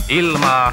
Ilmaa,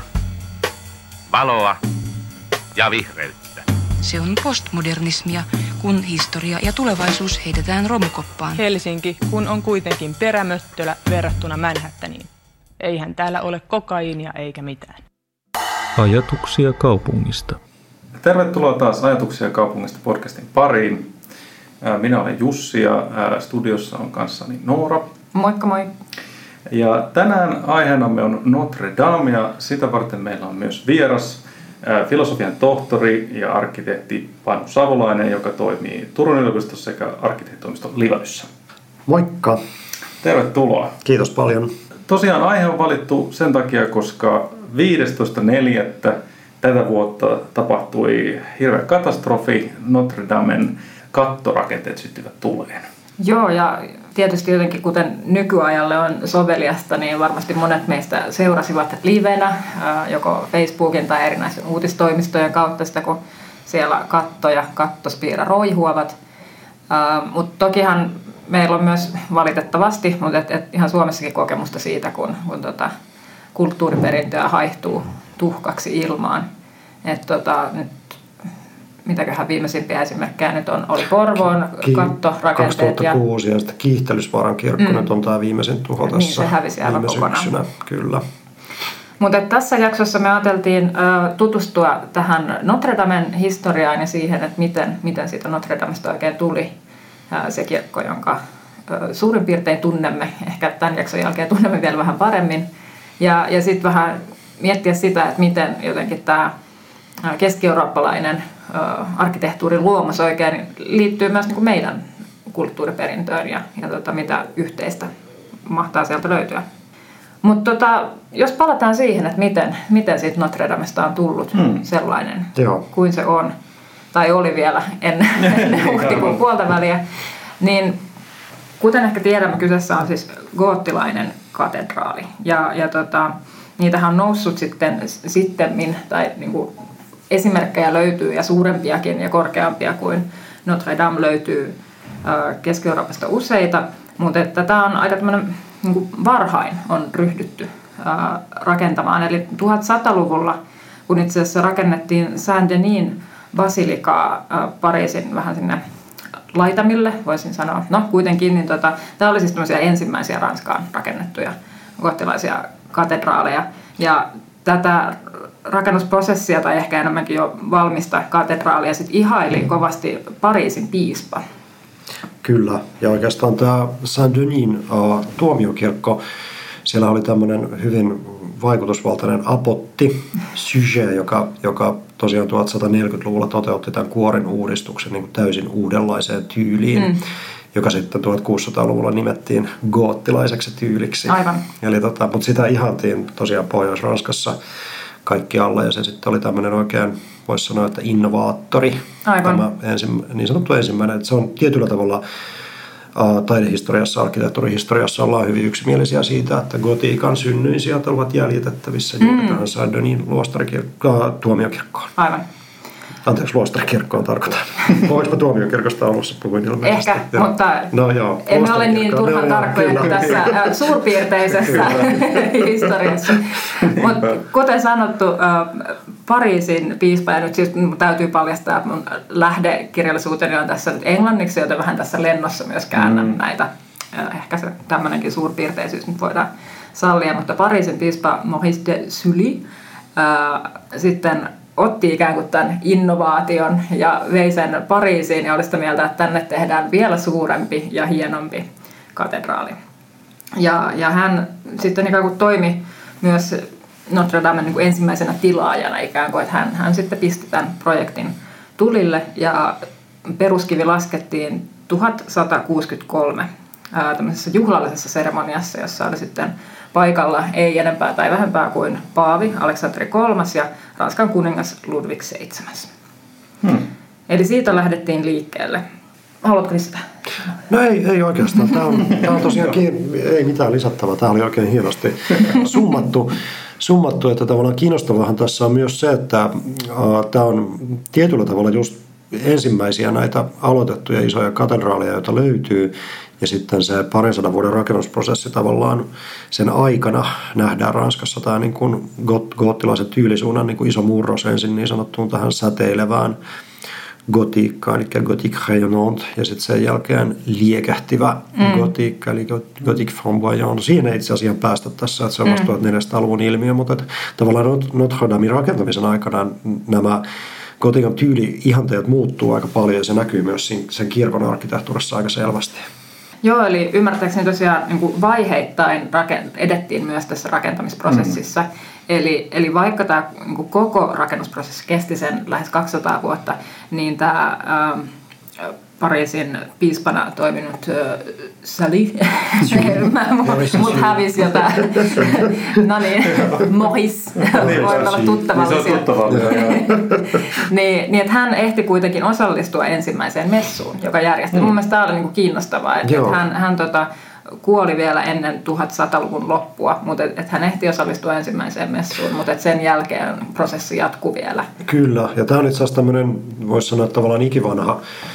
valoa ja vihreyttä. Se on postmodernismia, kun historia ja tulevaisuus heitetään romukoppaan. Helsinki, kun on kuitenkin perämöttölä verrattuna Manhattaniin. Eihän täällä ole kokaiinia eikä mitään. Ajatuksia kaupungista. Tervetuloa taas Ajatuksia kaupungista podcastin pariin. Minä olen Jussi ja studiossa on kanssani Noora. Moikka moi. Ja tänään aiheenamme on Notre Dame ja sitä varten meillä on myös vieras, filosofian tohtori ja arkkitehti Panu Savolainen, joka toimii Turun yliopistossa sekä arkkitehtitoimisto Livadyssä. Moikka. Tervetuloa. Kiitos paljon. Tosiaan aihe on valittu sen takia, koska 15.4. tätä vuotta tapahtui hirveä katastrofi. Notre Damen kattorakenteet syttyivät tuleen. Joo, ja tietysti jotenkin kuten nykyajalle on soveliasta, niin varmasti monet meistä seurasivat livenä, joko Facebookin tai erinäisen uutistoimistojen kautta sitä, kun siellä katto ja kattospiirä roihuavat. Mutta tokihan meillä on myös valitettavasti, mutta ihan Suomessakin kokemusta siitä, kun kulttuuriperintöä haihtuu tuhkaksi ilmaan. Nyt mitäköhän viimeisimpiä esimerkkejä nyt oli Porvoon kattorakenteet. 2006 ja sitten Kiihtelysvaaran kirkko nyt on tämä viimeisin tuho tässä. Niin, se hävisi aivan kokonaan. Syksynä, kyllä. Mutta tässä jaksossa me ajateltiin tutustua tähän Notre Damen historiaan ja siihen, että miten siitä Notre Damesta oikein tuli se kirkko, jonka suurin piirtein tunnemme. Ehkä tämän jakson jälkeen tunnemme vielä vähän paremmin. Ja sitten vähän miettiä sitä, että miten jotenkin tämä keski-eurooppalainen arkkitehtuurin luomus oikein liittyy myös niin kuin meidän kulttuuriperintöön ja mitä yhteistä mahtaa sieltä löytyä. Mutta jos palataan siihen, että miten siitä Notre Damesta on tullut sellainen kuin se on, tai oli vielä ennen huhtikuun puolta väliä, niin kuten ehkä tiedämme, kyseessä on siis goottilainen katedraali. Ja niitähän on noussut sittemmin, tai niin kuin esimerkkejä löytyy ja suurempiakin ja korkeampia kuin Notre Dame löytyy Keski-Euroopasta useita, mutta että tämä on aika tämmöinen niin kuin varhain on ryhdytty rakentamaan. Eli 1100-luvulla, kun itse asiassa rakennettiin Saint-Denis basilikaa Pariisin vähän sinne laitamille, voisin sanoa. No kuitenkin, niin tämä oli siis tämmöisiä ensimmäisiä Ranskaan rakennettuja goottilaisia katedraaleja. Ja tätä rakennusprosessia tai ehkä enemmänkin jo valmista katedraalia sitten ihaili kovasti Pariisin piispa. Kyllä, ja oikeastaan tämä Saint-Denis tuomiokirkko, siellä oli tämmöinen hyvin vaikutusvaltainen apotti, Suger, joka tosiaan 1140-luvulla toteutti tämän kuoren uudistuksen niin kuin täysin uudenlaiseen tyyliin, joka sitten 1600-luvulla nimettiin goottilaiseksi tyyliksi. Aivan. Eli mutta sitä ihailtiin tosiaan Pohjois-Ranskassa kaikkialla, ja se sitten oli tämmöinen oikein, voisi sanoa, että innovaattori. Aivan. Tämä niin sanottu ensimmäinen, että se on tietyllä tavalla taidehistoriassa, arkkitehtuurihistoriassa ollaan hyvin yksimielisiä siitä, että gotiikan synnyisijat ovat jäljitettävissä juuri tähän Saint-Denis tuomiokirkkoon. Aivan. Anteeksi, luostarikirkkoon tarkoitan. Voisiko tuomiokirkosta alussa puhuin ilmeisesti? Ehkä, mutta emme ole niin turhan tarkkoja tässä suurpiirteisessä historiassa. Mutta kuten sanottu, Pariisin piispa, ja nyt siis täytyy paljastaa, että mun lähdekirjallisuuteni on tässä nyt englanniksi, joten vähän tässä lennossa myös käännän näitä. Ehkä se tämmöinenkin suurpiirteisyys nyt voidaan sallia, mutta Pariisin piispa Maurice de Sully sitten otti ikään kuin tämän innovaation ja vei sen Pariisiin ja oli sitä mieltä, että tänne tehdään vielä suurempi ja hienompi katedraali. Ja hän sitten ikään kuin toimi myös Notre Damen niin kuin ensimmäisenä tilaajana ikään kuin, että hän sitten pisti tämän projektin tulille ja peruskivi laskettiin 1163 tämmöisessä juhlallisessa seremoniassa, jossa oli sitten paikalla ei enempää tai vähempää kuin paavi Aleksanteri III ja Ranskan kuningas Ludwig VII. Eli siitä lähdettiin liikkeelle. Haluatko lisätä? No ei oikeastaan. Tämä on tosiaankin, ei mitään lisättävää. Tämä oli oikein hienosti summattu, että tavallaan kiinnostavahan tässä on myös se, että tämä on tietyllä tavalla just ensimmäisiä näitä aloitettuja isoja katedraaleja, joita löytyy. Ja sitten se 200 vuoden rakennusprosessi tavallaan sen aikana nähdään Ranskassa tämä niin kuin goottilaisen tyylisuunnan niin kuin iso murros ensin niin sanottuun tähän säteilevään gotiikkaan, eli gothique rayonnante, ja sitten sen jälkeen liekähtivä gotiikka, eli gothique flamboyant. Siihen ei itse asiassa päästä tässä, että se on vasta 1400-luvun ilmiö, mutta tavallaan Notre Damen rakentamisen aikana nämä gotiikan tyyli-ihanteet muuttuu aika paljon, ja se näkyy myös sen kirkon arkkitehtuurissa aika selvästi. Joo, eli ymmärtääkseni tosiaan niin kuin vaiheittain edettiin myös tässä rakentamisprosessissa. Eli vaikka tämä niin kuin koko rakennusprosessi kesti sen lähes 200 vuotta, niin tämä Pariisin piispana toiminut Sali, mut hävisi jotain. No niin, Maurice, voi olla tuttavallisia. Niin, että hän ehti kuitenkin osallistua ensimmäiseen messuun, joka järjesti. Mun mielestä tämä oli niinku kiinnostavaa, että hän kuoli vielä ennen 1100-luvun loppua, mutta et hän ehti osallistua ensimmäiseen messuun, mutta sen jälkeen prosessi jatkuu vielä. Kyllä, ja tämä on itse asiassa tämmöinen, voisi sanoa tavallaan ikivanha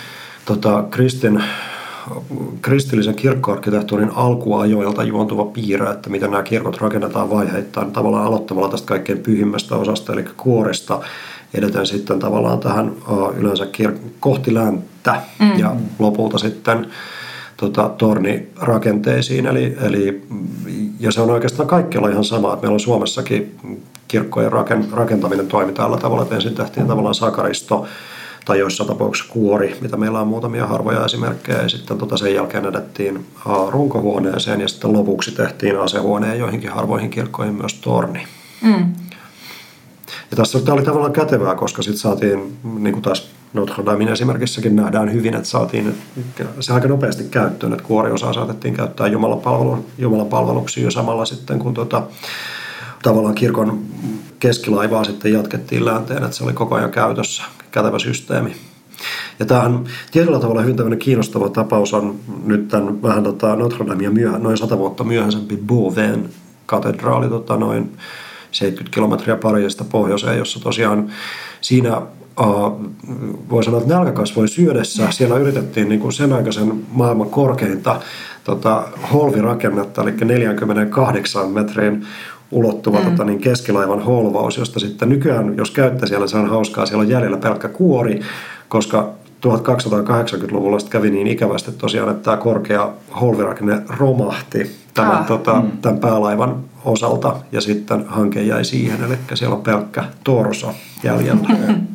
kristillisen kirkkoarkkitehtuurin alkuajoilta juontuva piirre, että miten nämä kirkot rakennetaan vaiheittain tavallaan aloittamalla tästä kaikkein pyhimmästä osasta, eli kuorista, edetään sitten tavallaan tähän yleensä kohti länttä ja lopulta sitten tornirakenteisiin. Ja se on oikeastaan kaikkialla ihan sama, että meillä on Suomessakin kirkkojen rakentaminen toimi tällä tavalla, että ensin tehtiin tavallaan sakaristo, tai joissain tapauksissa kuori, mitä meillä on muutamia harvoja esimerkkejä, ja sitten sen jälkeen edettiin runkohuoneeseen, ja sitten lopuksi tehtiin asehuoneen joihinkin harvoihin kirkkoihin myös torni. Ja tässä tämä oli tavallaan kätevää, koska sitten saatiin, niin kuin taas Notre Damen esimerkissäkin nähdään hyvin, että saatiin se aika nopeasti käyttöön, että kuoriosaa saatettiin käyttää Jumalan palveluksiin jo samalla sitten, kun tavallaan kirkon keskilaivaa sitten jatkettiin länteen, että se oli koko ajan käytössä, kätevä systeemi. Ja tämähän tietyllä tavalla hyvin tämmöinen kiinnostava tapaus on nyt tämän vähän Notre Damea noin 100 vuotta myöhäisempi Beauvain katedraali noin 70 kilometriä Pariisista pohjoiseen, jossa tosiaan siinä voi sanoa, että nälkä kasvoi syödessä. Siellä yritettiin niin kuin sen aikaisen maailman korkeinta holvirakennetta, eli 48 metrin ulottuva niin keskilaivan holvaus, josta sitten nykyään, jos käytte siellä, se on hauskaa, siellä on jäljellä pelkkä kuori, koska 1280-luvulla kävi niin ikävästi tosiaan, että tämä korkea holvirakenne romahti tämän päälaivan osalta, ja sitten hanke jäi siihen, eli siellä on pelkkä torso jäljellä.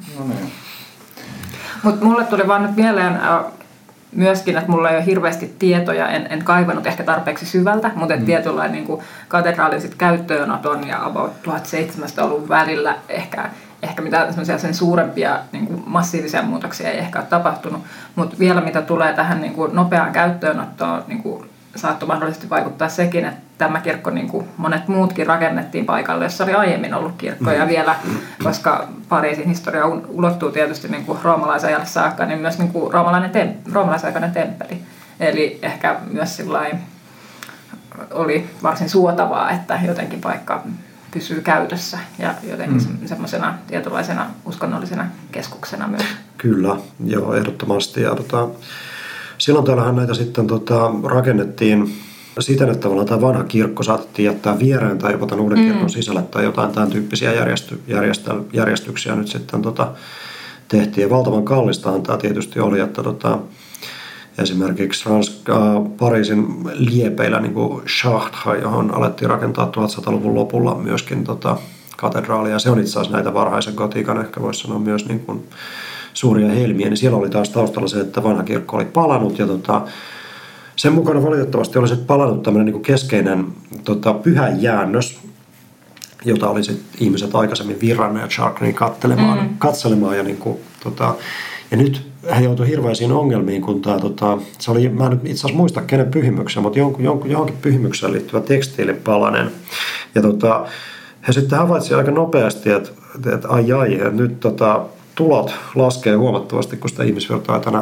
Mutta mulle tuli vaan nyt mieleen myöskin, että mulla ei ole hirveästi tietoja, en kaivannut ehkä tarpeeksi syvältä, mutta tietynlainen niin katedraalin käyttöönoton ja about 1700-luvun välillä ehkä mitään sen suurempia niin kuin massiivisia muutoksia ei ehkä ole tapahtunut, mutta vielä mitä tulee tähän niin kuin nopeaan käyttöönottoon, niin kuin saattoi mahdollisesti vaikuttaa sekin, että tämä kirkko, niin kuin monet muutkin, rakennettiin paikalle, jossa oli aiemmin ollut kirkkoja vielä, koska Pariisin historia ulottuu tietysti niin kuin roomalaisajalle saakka, niin myös niin kuin roomalaisaikainen temppeli. Eli ehkä myös sillain oli varsin suotavaa, että jotenkin paikka pysyy käytössä ja jotenkin semmoisena tietynlaisena uskonnollisena keskuksena myös. Kyllä, joo, ehdottomasti. Ja silloin täällähän näitä sitten rakennettiin siten, että tavallaan tämä vanha kirkko saatettiin jättää viereen tai jopa tämän uuden kirkon sisälle tai jotain tämän tyyppisiä järjestyksiä nyt sitten tehtiin. Ja valtavan kallistahan tämä tietysti oli, että esimerkiksi Pariisin liepeillä niin kuin Chartres, johon alettiin rakentaa 1100-luvun lopulla myöskin katedraalia. Se on itse asiassa näitä varhaisen gotiikan, ehkä voisi sanoa myös niin kuin suuria helmiä, niin siellä oli taas taustalla se, että vanha kirkko oli palanut ja sen mukana valitettavasti oli sitten palannut tämmöinen niin kuin keskeinen pyhäjäännös, jota oli sitten ihmiset aikaisemmin virranneet ja Chartresiin katselemaan ja, niin kuin, ja nyt he joutuivat hirveisiin ongelmiin, kun se oli, mä en nyt itse asiassa muista kenen pyhimykseen, mutta johonkin pyhimykseen liittyvä tekstiilipalanen. Ja he sitten havaitsivat aika nopeasti, että nyt tulot laskee huomattavasti, kun sitä ihmisvirtaa tänään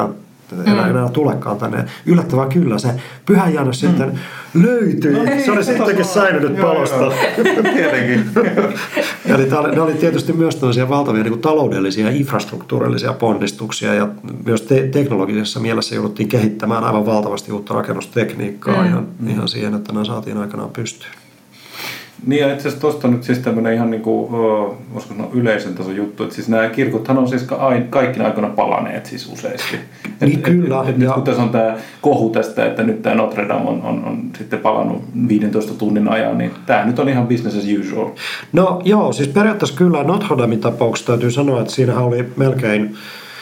enää tulekaan tänne. Yllättävää kyllä, se Pyhä Janos sitten löytyi. No niin, se oli sittenkin säilynyt palosta. Tietenkin. Eli ne oli tietysti myös tällaisia valtavia niin kuin taloudellisia ja infrastruktuurillisia ponnistuksia, ja myös teknologisessa mielessä jouduttiin kehittämään aivan valtavasti uutta rakennustekniikkaa ihan siihen, että nämä saatiin aikanaan pystyyn. Niin, ja itse asiassa tuosta on nyt siis tämmöinen ihan niin kuin, voisiko sanoa yleisen tason juttu, että siis nämä kirkothan on siis kaikkina aikoina palaneet siis useasti. Niin kyllä. Nyt kun tässä on tämä kohu tästä, että nyt tämä Notre Dame on sitten palannut 15 tunnin ajan, niin tämä nyt on ihan business as usual. No joo, siis periaatteessa kyllä Notre Damen tapauksessa täytyy sanoa, että siinähän oli melkein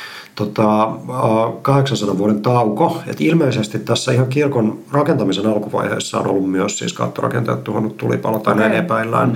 800 vuoden tauko. Et ilmeisesti tässä ihan kirkon rakentamisen alkuvaiheessa on ollut myös siis kattorakentajat tuhonnut tulipalo tai näin epäillään.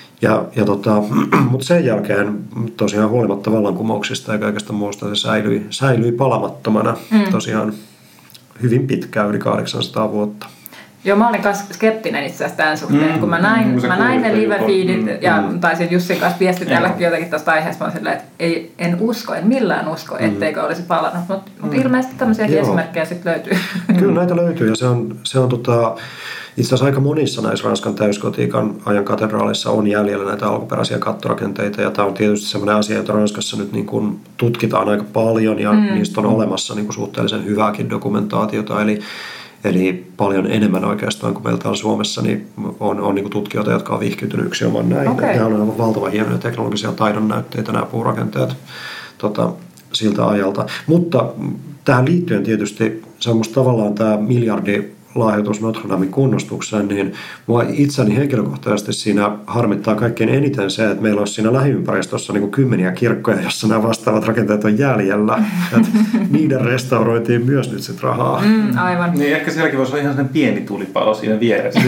Mutta sen jälkeen tosiaan huolimatta vallankumouksista ja kaikesta muusta se säilyi palamattomana tosiaan hyvin pitkään, yli 800 vuotta. Joo, mä olin myös skeptinen itse asiassa tämän suhteen. Kun mä näin ne live-feedit ja taisin Jussin kanssa viestitelläkin jotenkin tästä aiheesta, mä olin että en millään usko, etteikö olisi palannut. Mutta ilmeisesti tämmöisiäkin esimerkkejä sitten löytyy. Kyllä näitä löytyy, ja se on itse asiassa aika monissa näissä Ranskan täysgotiikan ajan katedraaleissa on jäljellä näitä alkuperäisiä kattorakenteita, ja tämä on tietysti sellainen asia, jota Ranskassa nyt niin kuin tutkitaan aika paljon, ja niistä on olemassa niin kuin suhteellisen hyvääkin dokumentaatiota, eli paljon enemmän oikeastaan kuin meillä täällä Suomessa, niin on niin kuin tutkijoita, jotka on vihkiytynyt yksinomaan näin. Okay. Nämä on aivan valtavan hienoja teknologisia taidon näytteitä, nämä puurakenteet siltä ajalta. Mutta tähän liittyen tietysti se on musta tavallaan tämä miljardilahjoitus Notre Damen kunnostukseen, niin mua itseni henkilökohtaisesti siinä harmittaa kaikkein eniten se, että meillä olisi siinä lähiympäristössä niin kuin kymmeniä kirkkoja, jossa nämä vastaavat rakenteet on jäljellä. Niiden restauroitiin myös nyt sit rahaa. Aivan. Niin ehkä sielläkin voisi olla ihan sellainen pieni tulipalo siinä vieressä.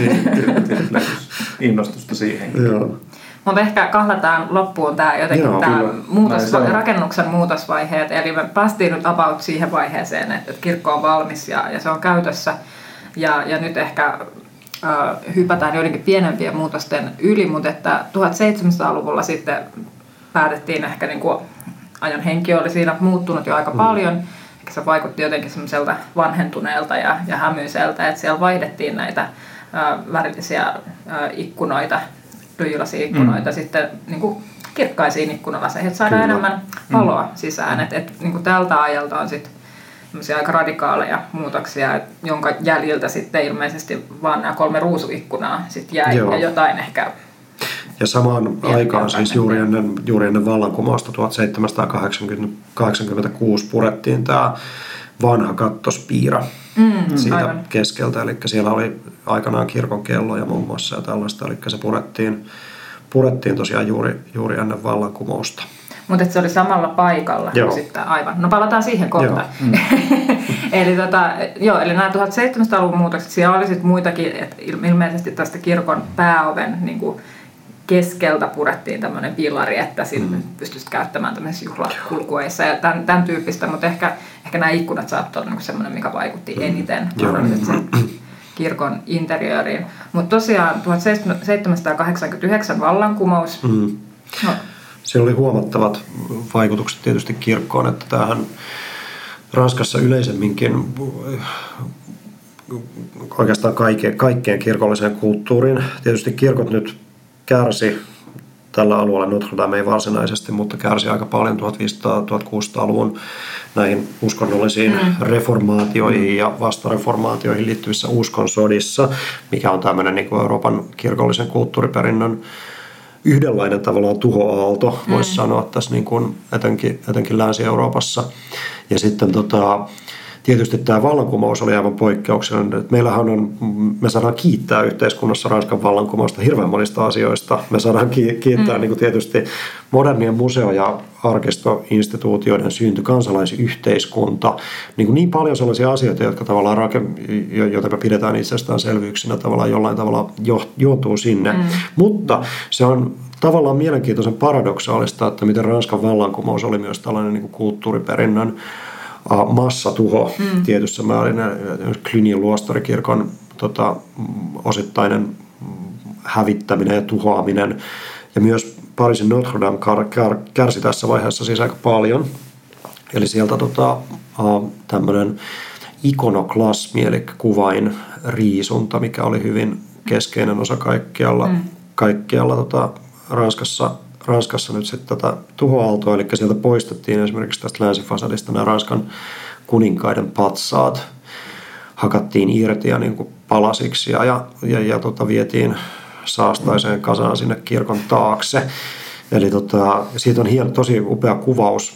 Innostusta siihenkin. Joo. Mutta ehkä kahlataan loppuun tämä rakennuksen muutosvaiheet. Eli me päästiin nyt about siihen vaiheeseen, että kirkko on valmis ja se on käytössä. Ja nyt ehkä hypätään joidenkin pienempien muutosten yli, mutta että 1700-luvulla sitten päätettiin ehkä niin kuin ajan henki oli siinä muuttunut jo aika paljon. Se vaikutti jotenkin semmoiselta vanhentuneelta ja hämyiseltä, että siellä vaihdettiin näitä värillisiä ikkunoita, lyijylaси-ikkunoita sitten niin kuin kirkkaisiin ikkunalaseihin, että saadaan enemmän valoa sisään. Et niin kuin tältä ajalta on sitten aika radikaaleja muutoksia, jonka jäljiltä sitten ilmeisesti vaan nämä 3 ruusuikkunaa sitten jäi ja jotain ehkä. Ja samaan aikaan siis juuri ennen vallankumousta 1786 purettiin tämä vanha kattospiira siitä keskeltä, eli siellä oli aikanaan kirkon kelloja muun muassa ja tällaista, eli se purettiin tosiaan juuri ennen vallankumousta. Mutta se oli samalla paikalla sitten aivan. No palataan siihen kohta. Eli nämä 1700-luvun muutokset, siellä oli sitten muitakin, että ilmeisesti tästä kirkon pääoven niin kuin keskeltä purettiin tämmöinen pilari, että sinne pystyisit käyttämään tämmöisissä juhlakulkueissa ja tämän tyyppistä, mutta ehkä nämä ikkunat saattoi olla niin semmoinen, mikä vaikutti eniten sen kirkon interiööriin. Mutta tosiaan 1789 vallankumous. Siellä oli huomattavat vaikutukset tietysti kirkkoon, että tämähän Ranskassa yleisemminkin oikeastaan kaikkeen kirkolliseen kulttuuriin. Tietysti kirkot nyt kärsi tällä alueella, Notre Dame ei varsinaisesti, mutta kärsi aika paljon 1500-1600-luvun näihin uskonnollisiin reformaatioihin ja vastareformaatioihin liittyvissä uskonsodissa, mikä on tämmöinen niin kuin Euroopan kirkollisen kulttuuriperinnön yhdenlainen tavallaan tuhoaalto, voisi sanoa tässä niin kuin etenkin Länsi-Euroopassa. Ja sitten tietysti tämä vallankumous oli aivan poikkeuksellinen. Me saadaan kiittää yhteiskunnassa Ranskan vallankumousta hirveän monista asioista. Me saadaan kiittää niin kuin tietysti modernien museo- ja arkistoinstituutioiden synty, kansalaisyhteiskunta. Niin paljon sellaisia asioita, jotka tavallaan joita me pidetään itsestäänselvyyksinä tavallaan jollain tavalla juontuu sinne. Mutta se on tavallaan mielenkiintoisen paradoksaalista, että miten Ranskan vallankumous oli myös tällainen niin kuin kulttuuriperinnön massatuho tietyssä määrin. Clunyin luostarikirkon osittainen hävittäminen ja tuhoaminen. Ja myös Pariisin Notre Dame kärsi tässä vaiheessa siis aika paljon. Eli sieltä tämmöinen ikonoklasmi, eli kuvain riisunta, mikä oli hyvin keskeinen osa kaikkialla Ranskassa nyt sitten tätä tuhoaaltoa, eli sieltä poistettiin esimerkiksi tästä länsifasadista nämä Ranskan kuninkaiden patsaat, hakattiin irti ja niin kuin palasiksi ja vietiin saastaiseen kasaan sinne kirkon taakse. Eli siitä on tosi upea kuvaus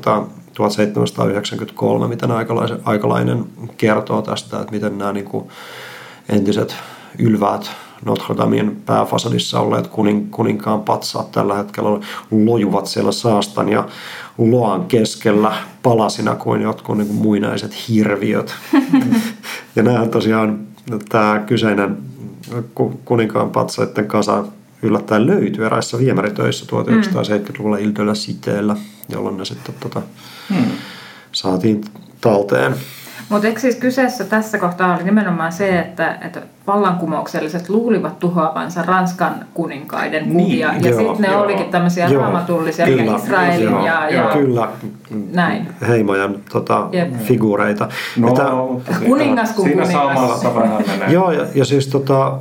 1793, miten Aikalainen kertoo tästä, että miten nämä niin kuin entiset ylväät Notre Damen pääfasadissa olleet kuninkaan patsaat tällä hetkellä lojuvat siellä saastan ja loan keskellä palasina kuin jotkut niin kuin muinaiset hirviöt. Ja nämähän tosiaan tämä kyseinen kuninkaan patsaiden kasa yllättäen löytyi eräissä viemäritöissä 1970-luvulla Ile de la Citéllä, jolloin ne sitten saatiin talteen. Mutta eikö siis kyseessä tässä kohtaa oli nimenomaan se, että vallankumoukselliset luulivat tuhoavansa Ranskan kuninkaiden kuvia, ja sitten ne olikin tämmöisiä raamatullisia, eli Israelin ja näin. Heimojen figuureita. Kuningaskunkuningas. Siinä samassa vähän menee. Joo, ja siis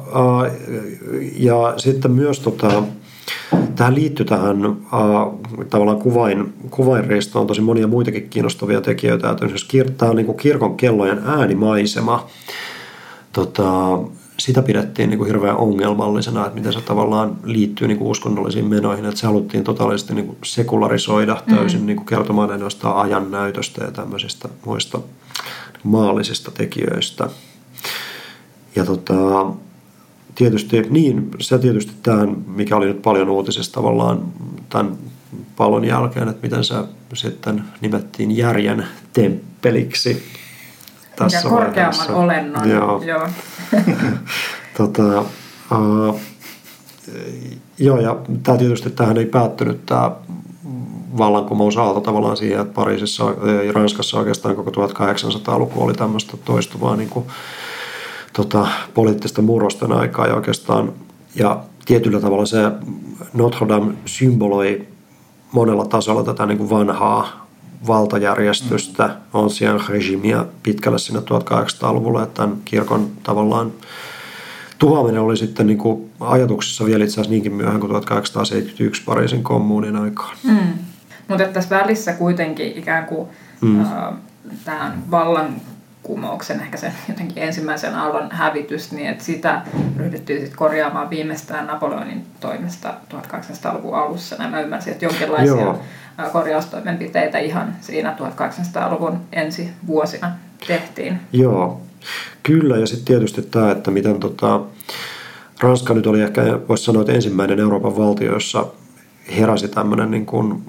ja sitten myös tähän liittyy tavallaan kuvainriistoon tosi monia muitakin kiinnostavia tekijöitä. Että tämä on niin kuin kirkon kellojen äänimaisema. Sitä pidettiin niin kuin hirveän ongelmallisena, että miten se tavallaan liittyy niin kuin uskonnollisiin menoihin. Että se haluttiin totaalisesti niin kuin sekularisoida täysin niin kuin kertomaan ainoastaan ajan näytöstä ja tämmöisistä muista maallisista tekijöistä. Ja tietysti tämän, mikä oli nyt paljon uutisissa tavallaan tämän palon jälkeen, että miten se sitten nimettiin järjen temppeliksi tässä korkeamman vaiheessa. olennon. Joo, ja tämä tietysti tähän ei päättynyt tämä vallankumousaalto tavallaan siihen, että Pariisissa ja Ranskassa oikeastaan koko 1800-luku oli tämmöistä toistuvaa niin kuin poliittisten murrosten aikaa ja oikeastaan, ja tietyllä tavalla se Notre Dame symboloi monella tasolla tätä niin kuin vanhaa valtajärjestystä, ancien régimia pitkälle sinne 1800-luvulle, että tämän kirkon tavallaan tuhoaminen oli sitten niin kuin ajatuksissa vielä itse asiassa niinkin myöhään kuin 1871 Pariisin kommunin aikaan. Mutta tässä välissä kuitenkin ikään kuin tämän vallankumouksen, ehkä sen jotenkin ensimmäisen aallon hävitys, niin että sitä ryhdyttiin sitten korjaamaan viimeistään Napoleonin toimesta 1800-luvun alussa. Mä ymmärsin, että jonkinlaisia korjaustoimenpiteitä ihan siinä 1800-luvun ensi vuosina tehtiin. Joo, kyllä. Ja sitten tietysti tämä, että miten Ranska nyt oli ehkä, voisi sanoa, että ensimmäinen Euroopan valtio, jossa heräsi tämmöinen niin kuin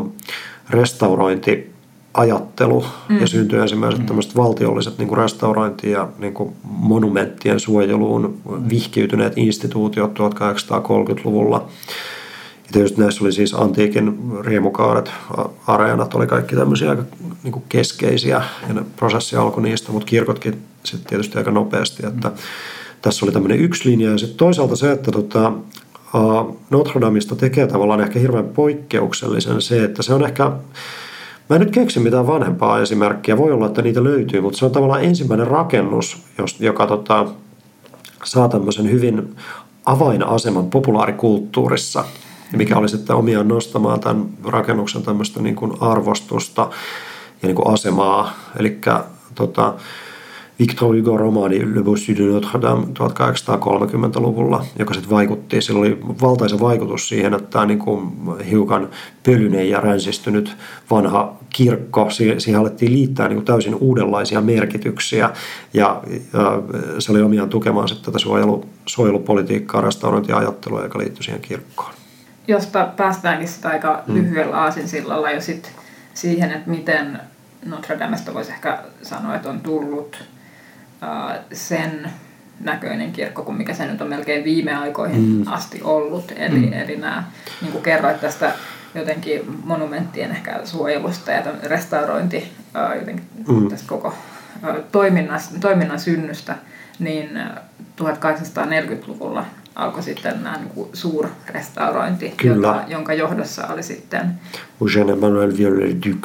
restaurointiajattelu ja syntyi ensimmäiset tämmöiset valtiolliset niin kuin restaurointi- ja niin kuin monumenttien suojeluun vihkiytyneet instituutiot 1830-luvulla. Ja tietysti näissä oli siis antiikin riemukaaret, areenat, oli kaikki tämmöisiä aika niin kuin keskeisiä, ja ne prosessi alkoi niistä, mutta kirkotkin sitten tietysti aika nopeasti, että tässä oli tämmöinen yksi linja, ja sitten toisaalta se, että Notre Damesta tekee tavallaan ehkä hirveän poikkeuksellisen se, että se on ehkä, mä en nyt keksi mitään vanhempaa esimerkkiä, voi olla, että niitä löytyy, mutta se on tavallaan ensimmäinen rakennus, joka saa tämmöisen hyvin avainaseman populaarikulttuurissa, mikä oli sitten omiaan nostamaan tämän rakennuksen tämmöistä niin kuin arvostusta ja niin kuin asemaa. Eli Victor Hugo romaani Le Bossu de Notre Dame 1830-luvulla, joka sitten vaikutti, sillä oli valtaisa vaikutus siihen, että tämä niin kuin hiukan pölyinen ja ränsistynyt vanha kirkko, siihen alettiin liittää niin kuin täysin uudenlaisia merkityksiä, ja se oli omiaan tukemaan sitten tätä suojelupolitiikkaa, restaurointiajattelua, joka liittyi siihen kirkkoon. Josta päästäänkin sitä aika lyhyellä aasinsillalla jo sit siihen, että miten Notre Damesta voisi ehkä sanoa, että on tullut sen näköinen kirkko, kuin mikä se nyt on melkein viime aikoihin asti ollut. Eli nämä, niin kuin kerroit tästä jotenkin monumenttien ehkä suojelusta ja restaurointi jotenkin tästä koko toiminnan synnystä, niin 1840-luvulla alkoi sitten nämä niin suurrestaurointi, jonka johdossa oli sitten Eugène Emmanuel Viollet-le-Duc,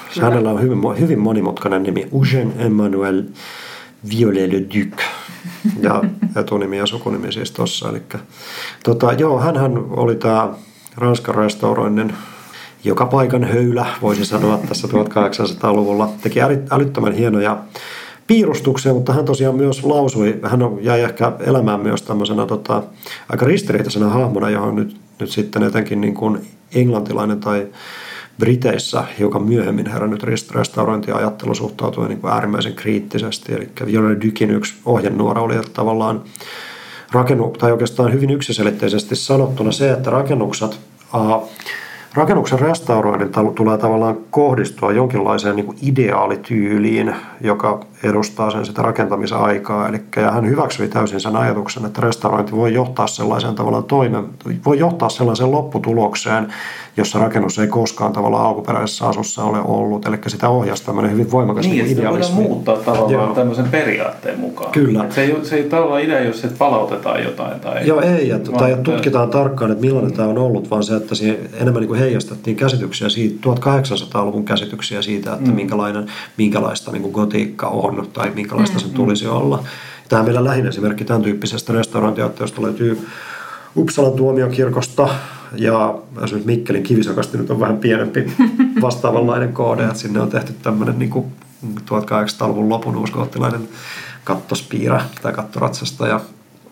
Hänellä on hyvin monimutkainen nimi. Eugène Emmanuel Viollet-le-Duc. Ja etunimi ja sukunimi siis tossa. Hänhän oli tämä Ranskan restauroinnin joka paikan höylä, voisi sanoa tässä 1800-luvulla. Teki älyttömän hienoja piirustuksia, mutta hän tosiaan myös lausui, hän jäi ehkä elämään myös tämmöisenä aika ristiriitaisena hahmona, johon nyt sitten etenkin niin kuin englantilainen tai Briteissä hiukan myöhemmin herännyt restaurointiajattelu suhtautui niin kuin äärimmäisen kriittisesti. Eli Viollet-le-Ducin yksi ohjenuora oli tavallaan tai oikeastaan hyvin yksiselitteisesti sanottuna se, että rakennuksen restauroinnin tulee tavallaan kohdistua jonkinlaiseen niin kuin ideaalityyliin, joka edustaa sen sitä rakentamisaikaa. Eli hän hyväksyi täysin sen ajatuksen, että restaurointi voi johtaa sellaiseen sellaiseen lopputulokseen, jossa rakennus ei koskaan tavallaan alkuperäisessä asussa ole ollut. Eli sitä ohjasi tämmöinen hyvin voimakas idealismi. Niin, sitä voidaan muuttaa tavallaan tämmöisen periaatteen mukaan. Kyllä. Se ei tavallaan idea, jos et palautetaan jotain. Tai tutkitaan tarkkaan, että millainen tämä on ollut, vaan se, että siinä enemmän niin kuin heijastettiin käsityksiä siitä, 1800-luvun käsityksiä siitä, että minkälaista niin kuin gotiikka on tai minkälaista sen tulisi olla. Tämä meillä lähin esimerkki tämän tyyppisestä restaurointiajattelusta löytyy Uppsalan tuomiokirkosta, ja esimerkiksi Mikkelin Kivisakasti nyt on vähän pienempi vastaavanlainen koode, että sinne on tehty tämmöinen niin kuin 1800-luvun lopun uusgoottilainen kattospiirä tai kattoratsastaja.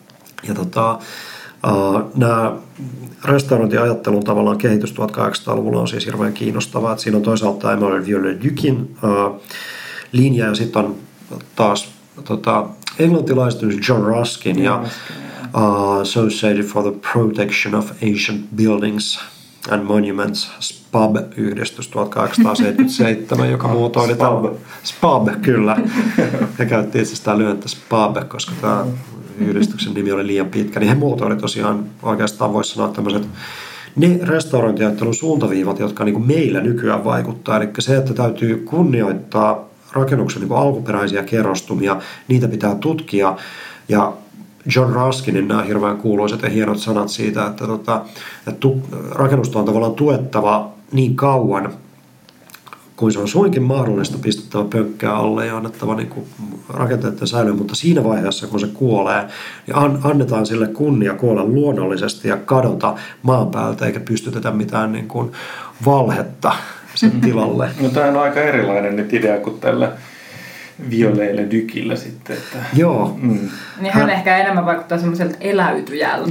Nämä restaurointiajattelun tavallaan kehitys 1800-luvulla on siis hirveän kiinnostavaa. Että siinä on toisaalta Emmanuel Viollet-le-Ducin linja ja sitten on taas englantilaiset John Ruskin ja Society for the Protection of Ancient Buildings and Monuments, SPAB-yhdistys 1877, joka muotoili SPAB, kyllä. He käytti itsestään lyöntä SPAB, koska tämä yhdistyksen nimi oli liian pitkä. Niin he muotoili tosiaan oikeastaan voisi sanoa tämmöiset ne restaurointiajattelun suuntaviivat, jotka niin kuin meillä nykyään vaikuttaa. Eli se, että täytyy kunnioittaa rakennuksen niin kuin alkuperäisiä kerrostumia, niitä pitää tutkia. Ja John Ruskinin nämä hirveän kuuluiset ja hienot sanat siitä, että rakennusta on tavallaan tuettava niin kauan, kuin se on suinkin mahdollista, pistettävä pönkkää alle ja annettava niin kuin rakenteiden säilyä, mutta siinä vaiheessa, kun se kuolee, niin annetaan sille kunnia kuolla luonnollisesti ja kadota maan päältä, eikä pystytetä mitään niin kuin valhetta sen tilalle. No tämä on aika erilainen nyt idea kuin tällä Viollet-le-Ducillä sitten. Että. Joo. Niin hän ehkä enemmän vaikuttaa semmoiselta eläytyjältä.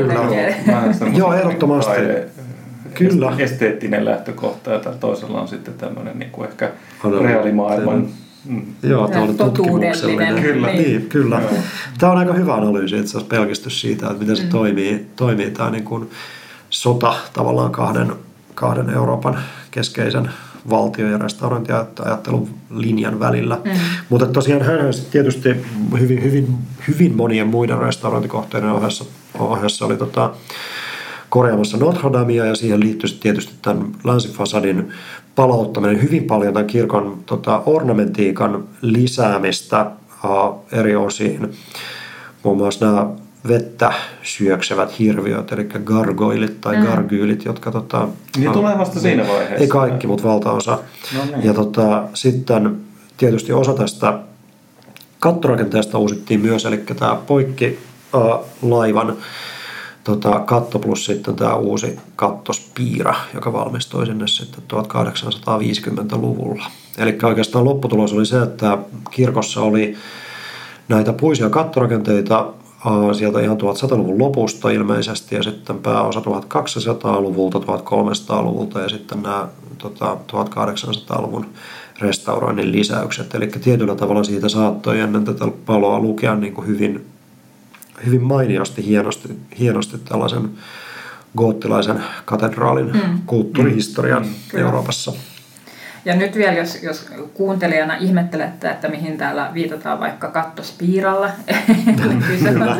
Joo, ehdottomasti. Kyllä. Esteettinen lähtökohta ja toisella on sitten tämmöinen niin kuin ehkä reaalimaailman totuudellinen. Kyllä. Tämä on aika hyvä analyysi, itse asiassa pelkistys siitä, että miten se toimii tämä niin kuin sota tavallaan kahden Euroopan keskeisen valtio- ja restaurointiajattelun linjan välillä. Mutta tosiaan hän tietysti hyvin monien muiden restaurointikohteiden ohessa oli korjaamassa Notre Damea, ja siihen liittyy tietysti tämän länsifasadin palauttaminen, hyvin paljon tämän kirkon ornamentiikan lisäämistä eri osiin. Muun muassa nämä vettä syöksevät hirviöt, eli gargoilit tai gargyylit, jotka niin tulee vasta siinä vaiheessa. Ei kaikki, mutta valtaosa. No niin. Ja sitten tietysti osa tästä kattorakenteesta uusittiin myös, eli tämä poikkilaivan katto plus sitten tämä uusi kattospiira, joka valmistui sinne sitten 1850-luvulla. Eli oikeastaan lopputulos oli se, että kirkossa oli näitä puisia kattorakenteita sieltä ihan 1100-luvun lopusta ilmeisesti, ja sitten pääosa 1200-luvulta, 1300-luvulta ja sitten nämä 1800-luvun restauroinnin lisäykset. Eli tietyllä tavalla siitä saattoi ennen tätä paloa lukea niin kuin hyvin mainiosti, hienosti tällaisen goottilaisen katedraalin kulttuurihistorian Euroopassa. Ja nyt vielä, jos kuuntelijana ihmettelette, että mihin täällä viitataan vaikka kattospiiralla, eli kyse on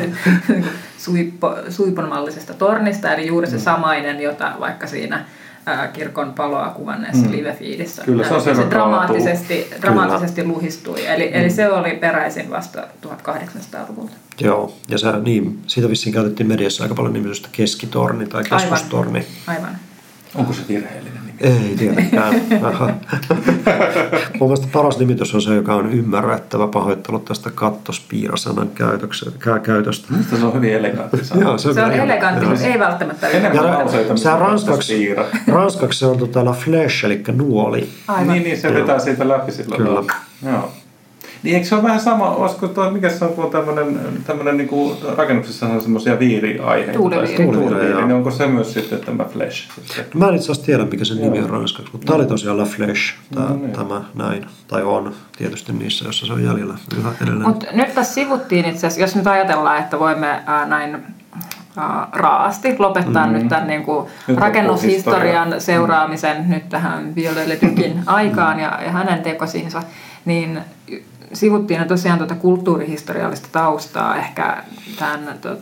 suiponmallisesta tornista, eli juuri se samainen, jota vaikka siinä kirkon paloa kuvanneessa live-feedissä. Kyllä, se dramaattisesti luhistui. Eli se oli peräisin vasta 1800-luvulta. Joo, ja siitä vissiin käytettiin mediassa aika paljon nimitystä keskitorni tai keskustorni. Aivan. Onko se virheellinen nimi? Ei tietenkään. Mun mielestä paras nimitys on se, joka on ymmärrettävä. Pahoittelut tästä kattospiirasanan käytöstä. Minusta se on hyvin elegantti sana. Joo, se on elegantti, mutta ei välttämättä ranskaksi se on la flèche, eli nuoli. Niin, se vetää siitä läpi sillä tavalla. Joo. Niin eikö se ole vähän sama, olisiko tuo, mikä se on tuo tämmöinen niin kuin rakennuksessa on semmoisia viiriaiheita? Tuuliviiri, niin onko se myös sitten tämä flash? Mä en itse asiassa tiedä, mikä sen nimi on ranskaksi, mutta tämä oli tosiaan la flèche, tämä näin, tai on tietysti niissä, joissa se on jäljellä yhä edelleen. Mutta nyt tässä sivuttiin itse asiassa, jos nyt ajatellaan, että voimme näin raasti lopettaa nyt tämän niin kuin rakennushistorian seuraamisen nyt tähän Viollet Le Ducin aikaan ja hänen tekosiinsa, niin sivuttiin tosiaan tuota kulttuurihistoriallista taustaa ehkä tämän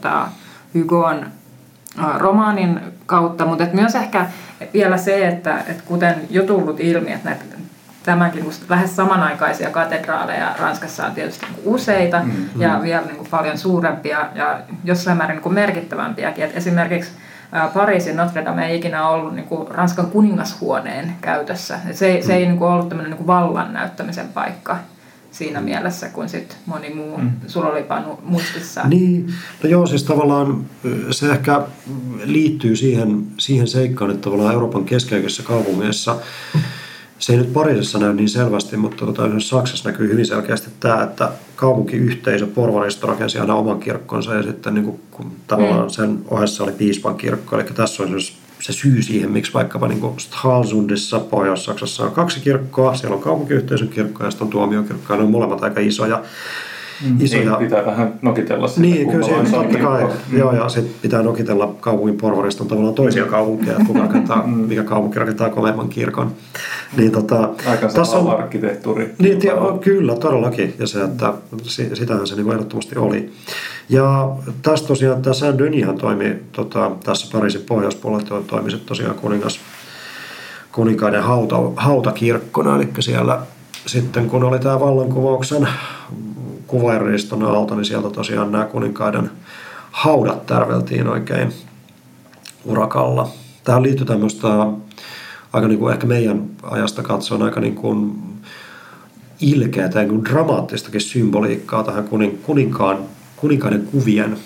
Hugon romaanin kautta, mutta myös ehkä vielä se, että kuten jo tullut ilmi, että tämänkin lähes samanaikaisia katedraaleja Ranskassa on tietysti useita ja vielä niin kuin paljon suurempia ja jossain määrin niin kuin merkittävämpiäkin. Et esimerkiksi Pariisin Notre Dame ei ikinä ollut niin kuin Ranskan kuningashuoneen käytössä. Et se ei niin kuin ollut tämmöinen niin kuin vallan näyttämisen paikka siinä mielessä, kun sitten moni muu sulla oli pannut muistissaan. Niin, no joo, siis tavallaan se ehkä liittyy siihen seikkaan, että tavallaan Euroopan keskeisissä kaupungeissa se ei nyt Pariisissa näy niin selvästi, mutta Saksassa näkyy hyvin selkeästi tämä, että kaupunkiyhteisö, porvaristo rakensi aina oman kirkkonsa ja sitten niin kuin, tavallaan sen ohessa oli piispan kirkko. Eli tässä on se syy siihen, miksi vaikkapa niin Stralsundissa, Pohjois-Saksassa on 2 kirkkoa. Siellä on kaupunkiyhteisön kirkko ja sitten on tuomiokirkko. Ne on molemmat aika isoja. Niin, pitää vähän nokitella sitä. Niin, kyllä siihen totta kai. Joo, ja sitten pitää nokitella kaupungin porvariston tavallaan toisia kaupunkeja, että kuka rakentaa, mikä kaupunki rakentaa kovemman kirkon. Niin, aika sama arkkitehtuuri. Niin, kyllä, todellakin. Ja se, että sitähän se niin ehdottomasti oli. Ja tässä tosiaan tämä Saint-Denishan toimi tässä Pariisin pohjoispuolella toimi tosiaan kuninkaiden hautakirkkona, eli siellä sitten kun oli tämä vallankumouksen kuvairiston aalto, niin sieltä tosiaan nämä kuninkaiden haudat tärveltiin oikein urakalla. Tähän liittyy tämmöistä aika niin kuin ehkä meidän ajasta katsoen aika niin kuin ilkeätä ja niin dramaattistakin symboliikkaa tähän kuninkaiden kuvien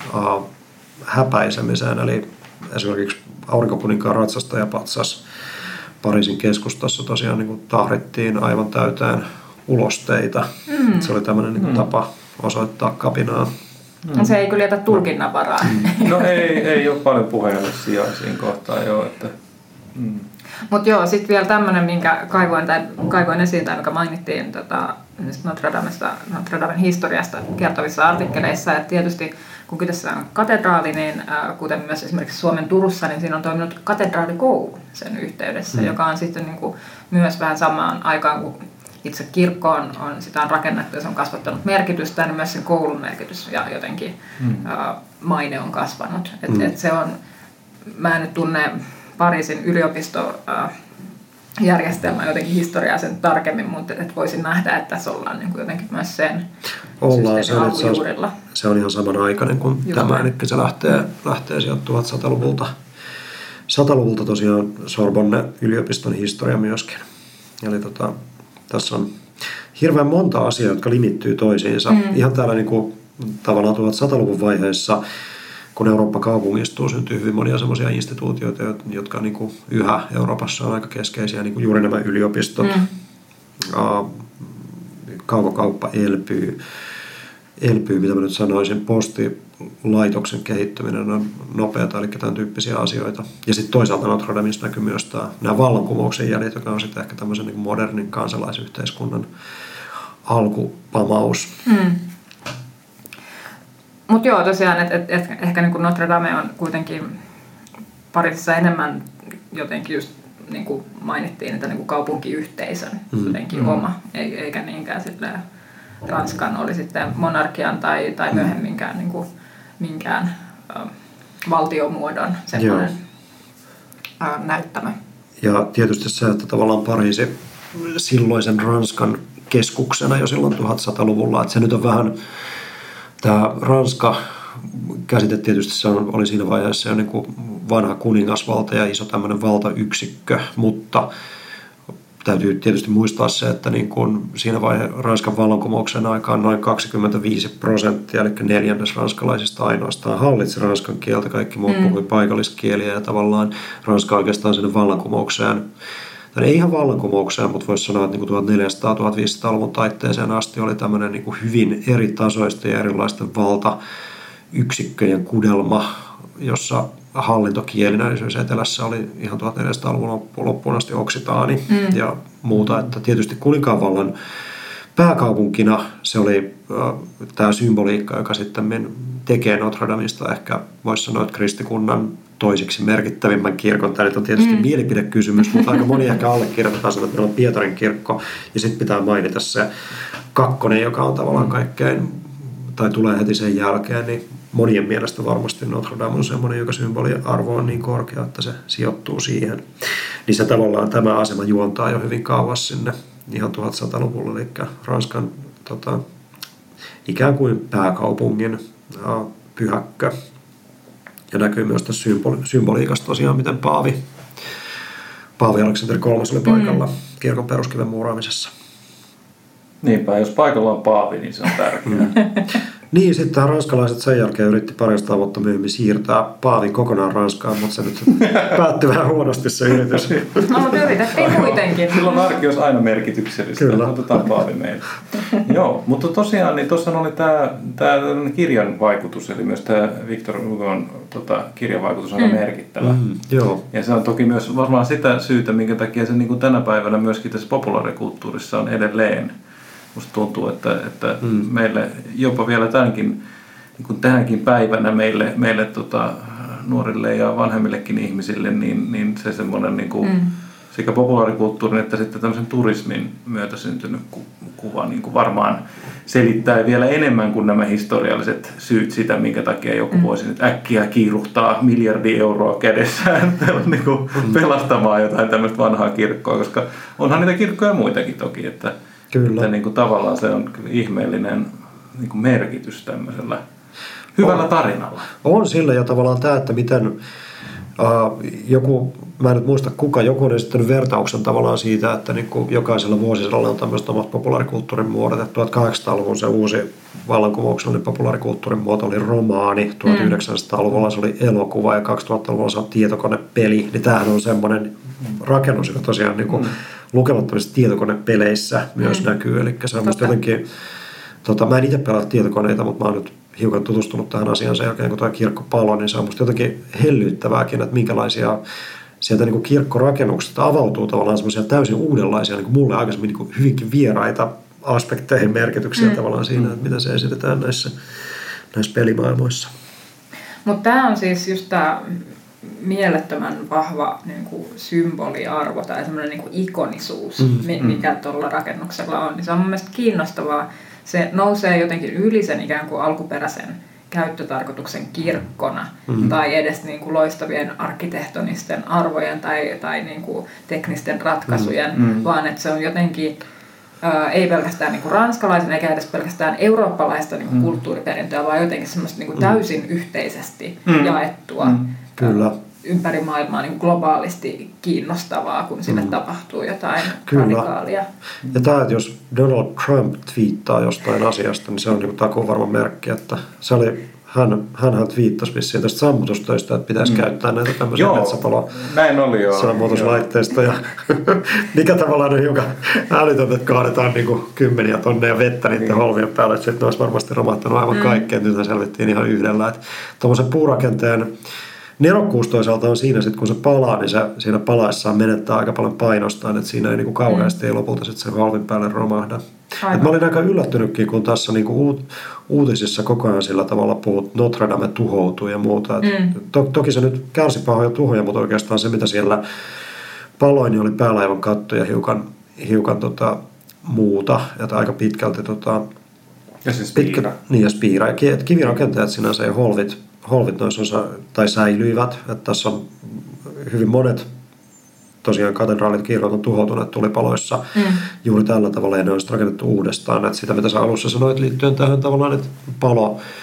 häpäisemiseen. Eli esimerkiksi aurinkokuninkaan ratsastajapatsas Pariisin keskustassa tosiaan niin kuin tahrittiin aivan täyteen ulosteita. Se oli tämmöinen niin kuin tapa osoittaa kapinaa. Se ei kyllä jätä tulkinnan varaa. No ei ole paljon puheelle sijaisiin kohtaan jo. Mutta joo, sitten vielä tämmöinen, minkä kaivoin esiin tai mikä mainittiin Notre Damen historiasta kertovissa artikkeleissa, että tietysti kun kyseessä on katedraali, niin kuten myös esimerkiksi Suomen Turussa, niin siinä on toiminut katedraalikoulu sen yhteydessä, joka on sitten niin kuin myös vähän samaan aikaan, kun itse kirkko sitä on rakennettu ja se on kasvattanut merkitystä, niin myös sen koulun merkitys ja jotenkin maine on kasvanut. Et se on, mä en nyt tunne Pariisin yliopistojärjestelmä jotenkin historiaa sen tarkemmin, mutta voisin nähdä, että tässä ollaan niin kuin jotenkin myös sen systeemin alkujuurilla. Se on ihan samanaikainen kuin tämä, eli se lähtee sieltä 1100-luvulta. 100-luvulta tosiaan Sorbonne yliopiston historia myöskin. Eli tässä on hirveän monta asiaa, jotka limittyy toisiinsa. Ihan täällä niin kuin, tavallaan 1100-luvun vaiheessa, kun Eurooppa kaupungistuu, syntyy hyvin monia semmoisia instituutioita, jotka niin kuin yhä Euroopassa on aika keskeisiä, niin kuin juuri nämä yliopistot. Kaukokauppa elpyy, mitä mä nyt sanoisin, postilaitoksen kehittyminen on nopeata, eli tämän tyyppisiä asioita. Ja sitten toisaalta Notre Dameissa näkyy myös nämä vallankumouksen jäljet, joka on sitten ehkä tämmöisen niin modernin kansalaisyhteiskunnan alkupamaus. Mutta joo, tosiaan, että ehkä niin kuin Notre Dame on kuitenkin Pariisissa enemmän jotenkin just niin kuin mainittiin, että niin kuin kaupunkiyhteisön jotenkin oma, eikä niinkään sitten Ranskan oli sitten monarkian tai myöhemminkään niin kuin minkään valtiomuodon semmoinen näyttämä. Ja tietysti se, että tavallaan Pariisi silloisen Ranskan keskuksena jo silloin 1100-luvulla, että se nyt on vähän, tämä Ranska käsite tietysti se oli siinä vaiheessa jo niin kuin vanha kuningasvalta ja iso tämmöinen valtayksikkö, mutta täytyy tietysti muistaa se, että niin kuin siinä vaiheessa Ranskan vallankumouksen aikaan noin 25%, eli neljännes ranskalaisista ainoastaan hallitsi ranskan kieltä, kaikki muut puhui paikalliskieliä ja tavallaan Ranska oikeastaan sinne vallankumoukseen, tai ei ihan vallankumoukseen, mutta voisi sanoa, että niin 1400-1500-luvun taitteeseen asti oli tämmöinen niin kuin hyvin eri tasoista ja erilaisten valtayksikköjen kudelma, jossa hallintokielinäisyys etelässä oli ihan 1400-luvun loppuun asti oksitaani ja muuta. Että tietysti kuninkaanvallan pääkaupunkina se oli tämä symboliikka, joka sitten tekee Notre Damesta ehkä, voisi sanoa, että kristikunnan toiseksi merkittävimmän kirkon. Tämä nyt on tietysti mielipidekysymys, mutta aika moni ehkä allekirjoitetaan sen, että meillä on Pietarin kirkko ja sitten pitää mainita se kakkonen, joka on tavallaan kaikkein, tai tulee heti sen jälkeen, niin monien mielestä varmasti Notre Dame on semmoinen, joka symboliarvo on niin korkea, että se sijoittuu siihen. Niin se tavallaan tämä asema juontaa jo hyvin kauas sinne ihan 1100-luvulla, eli Ranskan ikään kuin pääkaupungin pyhäkkö. Ja näkyy myös tässä symboliikassa tosiaan, miten Paavi Aleksanteri III oli paikalla kirkon peruskiven muuraamisessa. Niinpä, jos paikalla on paavi, niin se on tärkeää. Niin, sitten ranskalaiset sen jälkeen yritti 200 vuotta myöhemmin siirtää paavin kokonaan Ranskaan, mutta se nyt päättyi vähän huonosti se yritys. No, mutta yritettiin kuitenkin. Silloin arki olisi aina merkityksellistä. Kyllä. Otetaan paavi meille. Joo, mutta tosiaan niin tuossa oli tämä kirjan vaikutus, eli myös tämä Victor Hugon kirjan vaikutus on merkittävä. Joo. Ja se on toki myös varmaan sitä syytä, minkä takia se niin kuin tänä päivänä myöskin tässä populaarikulttuurissa on edelleen. Musta tuntuu, että meille jopa vielä tähänkin päivänä meille nuorille ja vanhemmillekin ihmisille, niin se semmoinen niin kuin sekä populaarikulttuurin että sitten tämmöisen turismin myötä syntynyt kuva niin kuin varmaan selittää vielä enemmän kuin nämä historialliset syyt sitä, minkä takia joku voisi nyt äkkiä kiiruhtaa miljardi euroa kädessään niin kuin pelastamaan jotain tämmöistä vanhaa kirkkoa, koska onhan niitä kirkkoja muitakin toki, että niin kuin tavallaan se on ihmeellinen niin kuin merkitys tämmöisellä hyvällä tarinalla. On sillä ja tavallaan tämä, että miten joku, mä en nyt muista kuka, joku on esittänyt vertauksen tavallaan siitä, että niin kuin jokaisella vuosisadalla on tämmöistä omat populaarikulttuurin muodot. 1800-luvun se uusi vallankumouksellinen populaarikulttuurin muoto oli romaani, 1900-luvulla se oli elokuva ja 2000-luvulla se on tietokonepeli. Niin tämähän on semmoinen rakennus, joka tosiaan niin kuin lukemattomissa tietokonepeleissä myös näkyy. Eli se on musta jotenkin, mä en itse pelaa tietokoneita, mutta mä oon nyt hiukan tutustunut tähän asiaan sen jälkeen, kun tuo kirkko paloi, niin se on musta jotenkin hellyttävääkin, että minkälaisia sieltä niin kuin kirkkorakennuksesta avautuu tavallaan semmoisia täysin uudenlaisia, niin kuin mulle aikaisemmin niin kuin hyvinkin vieraita aspekteihin merkityksiä tavallaan siinä, että miten se esitetään näissä pelimaailmoissa. Mutta tämä on siis just tämä mielettömän vahva niin kuin symboliarvo tai semmoinen niin kuin ikonisuus, mikä tuolla rakennuksella on. Niin se on mun mielestä kiinnostavaa. Se nousee jotenkin yli sen ikään kuin alkuperäisen käyttötarkoituksen kirkkona tai edes niin kuin loistavien arkkitehtonisten arvojen tai niin kuin teknisten ratkaisujen, vaan että se on jotenkin ei pelkästään niin kuin ranskalaisen eikä edes pelkästään eurooppalaista niin kuin kulttuuriperintöä, vaan jotenkin semmoista niin kuin täysin yhteisesti jaettua. Kyllä. Ympäri maailmaa niin globaalisti kiinnostavaa, kun sille tapahtuu jotain radikaalia. Ja tämä, että jos Donald Trump twiittaa jostain asiasta, niin se on niin takuvarma merkki, että se oli, hän twiittasi vissiin tästä sammutustöistä, että pitäisi käyttää näitä tämmöisiä metsäpalo-sammutuslaitteistoja, mikä tavallaan on hiukan älytöntä, että kaadetaan niin kuin 10 tonneja vettä niiden holvien päälle, että sitten olisi varmasti romahtanut aivan kaikkeen, nyt selvittiin ihan yhdellä. Että tuommoisen puurakenteen nerokkuus toisaalta on siinä, sit kun se palaa, niin se siinä palaessaan menettää aika paljon painostaan, että siinä ei niinku kauheasti ei lopulta sit sen holvin päälle romahda. Et mä olin aika yllättynytkin, kun tässä niinku uutisissa koko ajan sillä tavalla puhut Notre Dame tuhoutuu ja muuta. Toki se nyt kärsi pahoja tuhoja, mutta oikeastaan se, mitä siellä paloi, niin oli päälaivon katto ja hiukan muuta, että aika pitkälti ja se spiira. Ja spiira. Ja kivirakenteet sinänsä ja holvit noissa säilyivät, että tässä on hyvin monet tosiaan katedraalit, kirkot on tuhoutuneet tulipaloissa juuri tällä tavalla ja ne on rakennettu uudestaan. Että sitä mitä sä alussa sanoit liittyen tähän tavallaan, että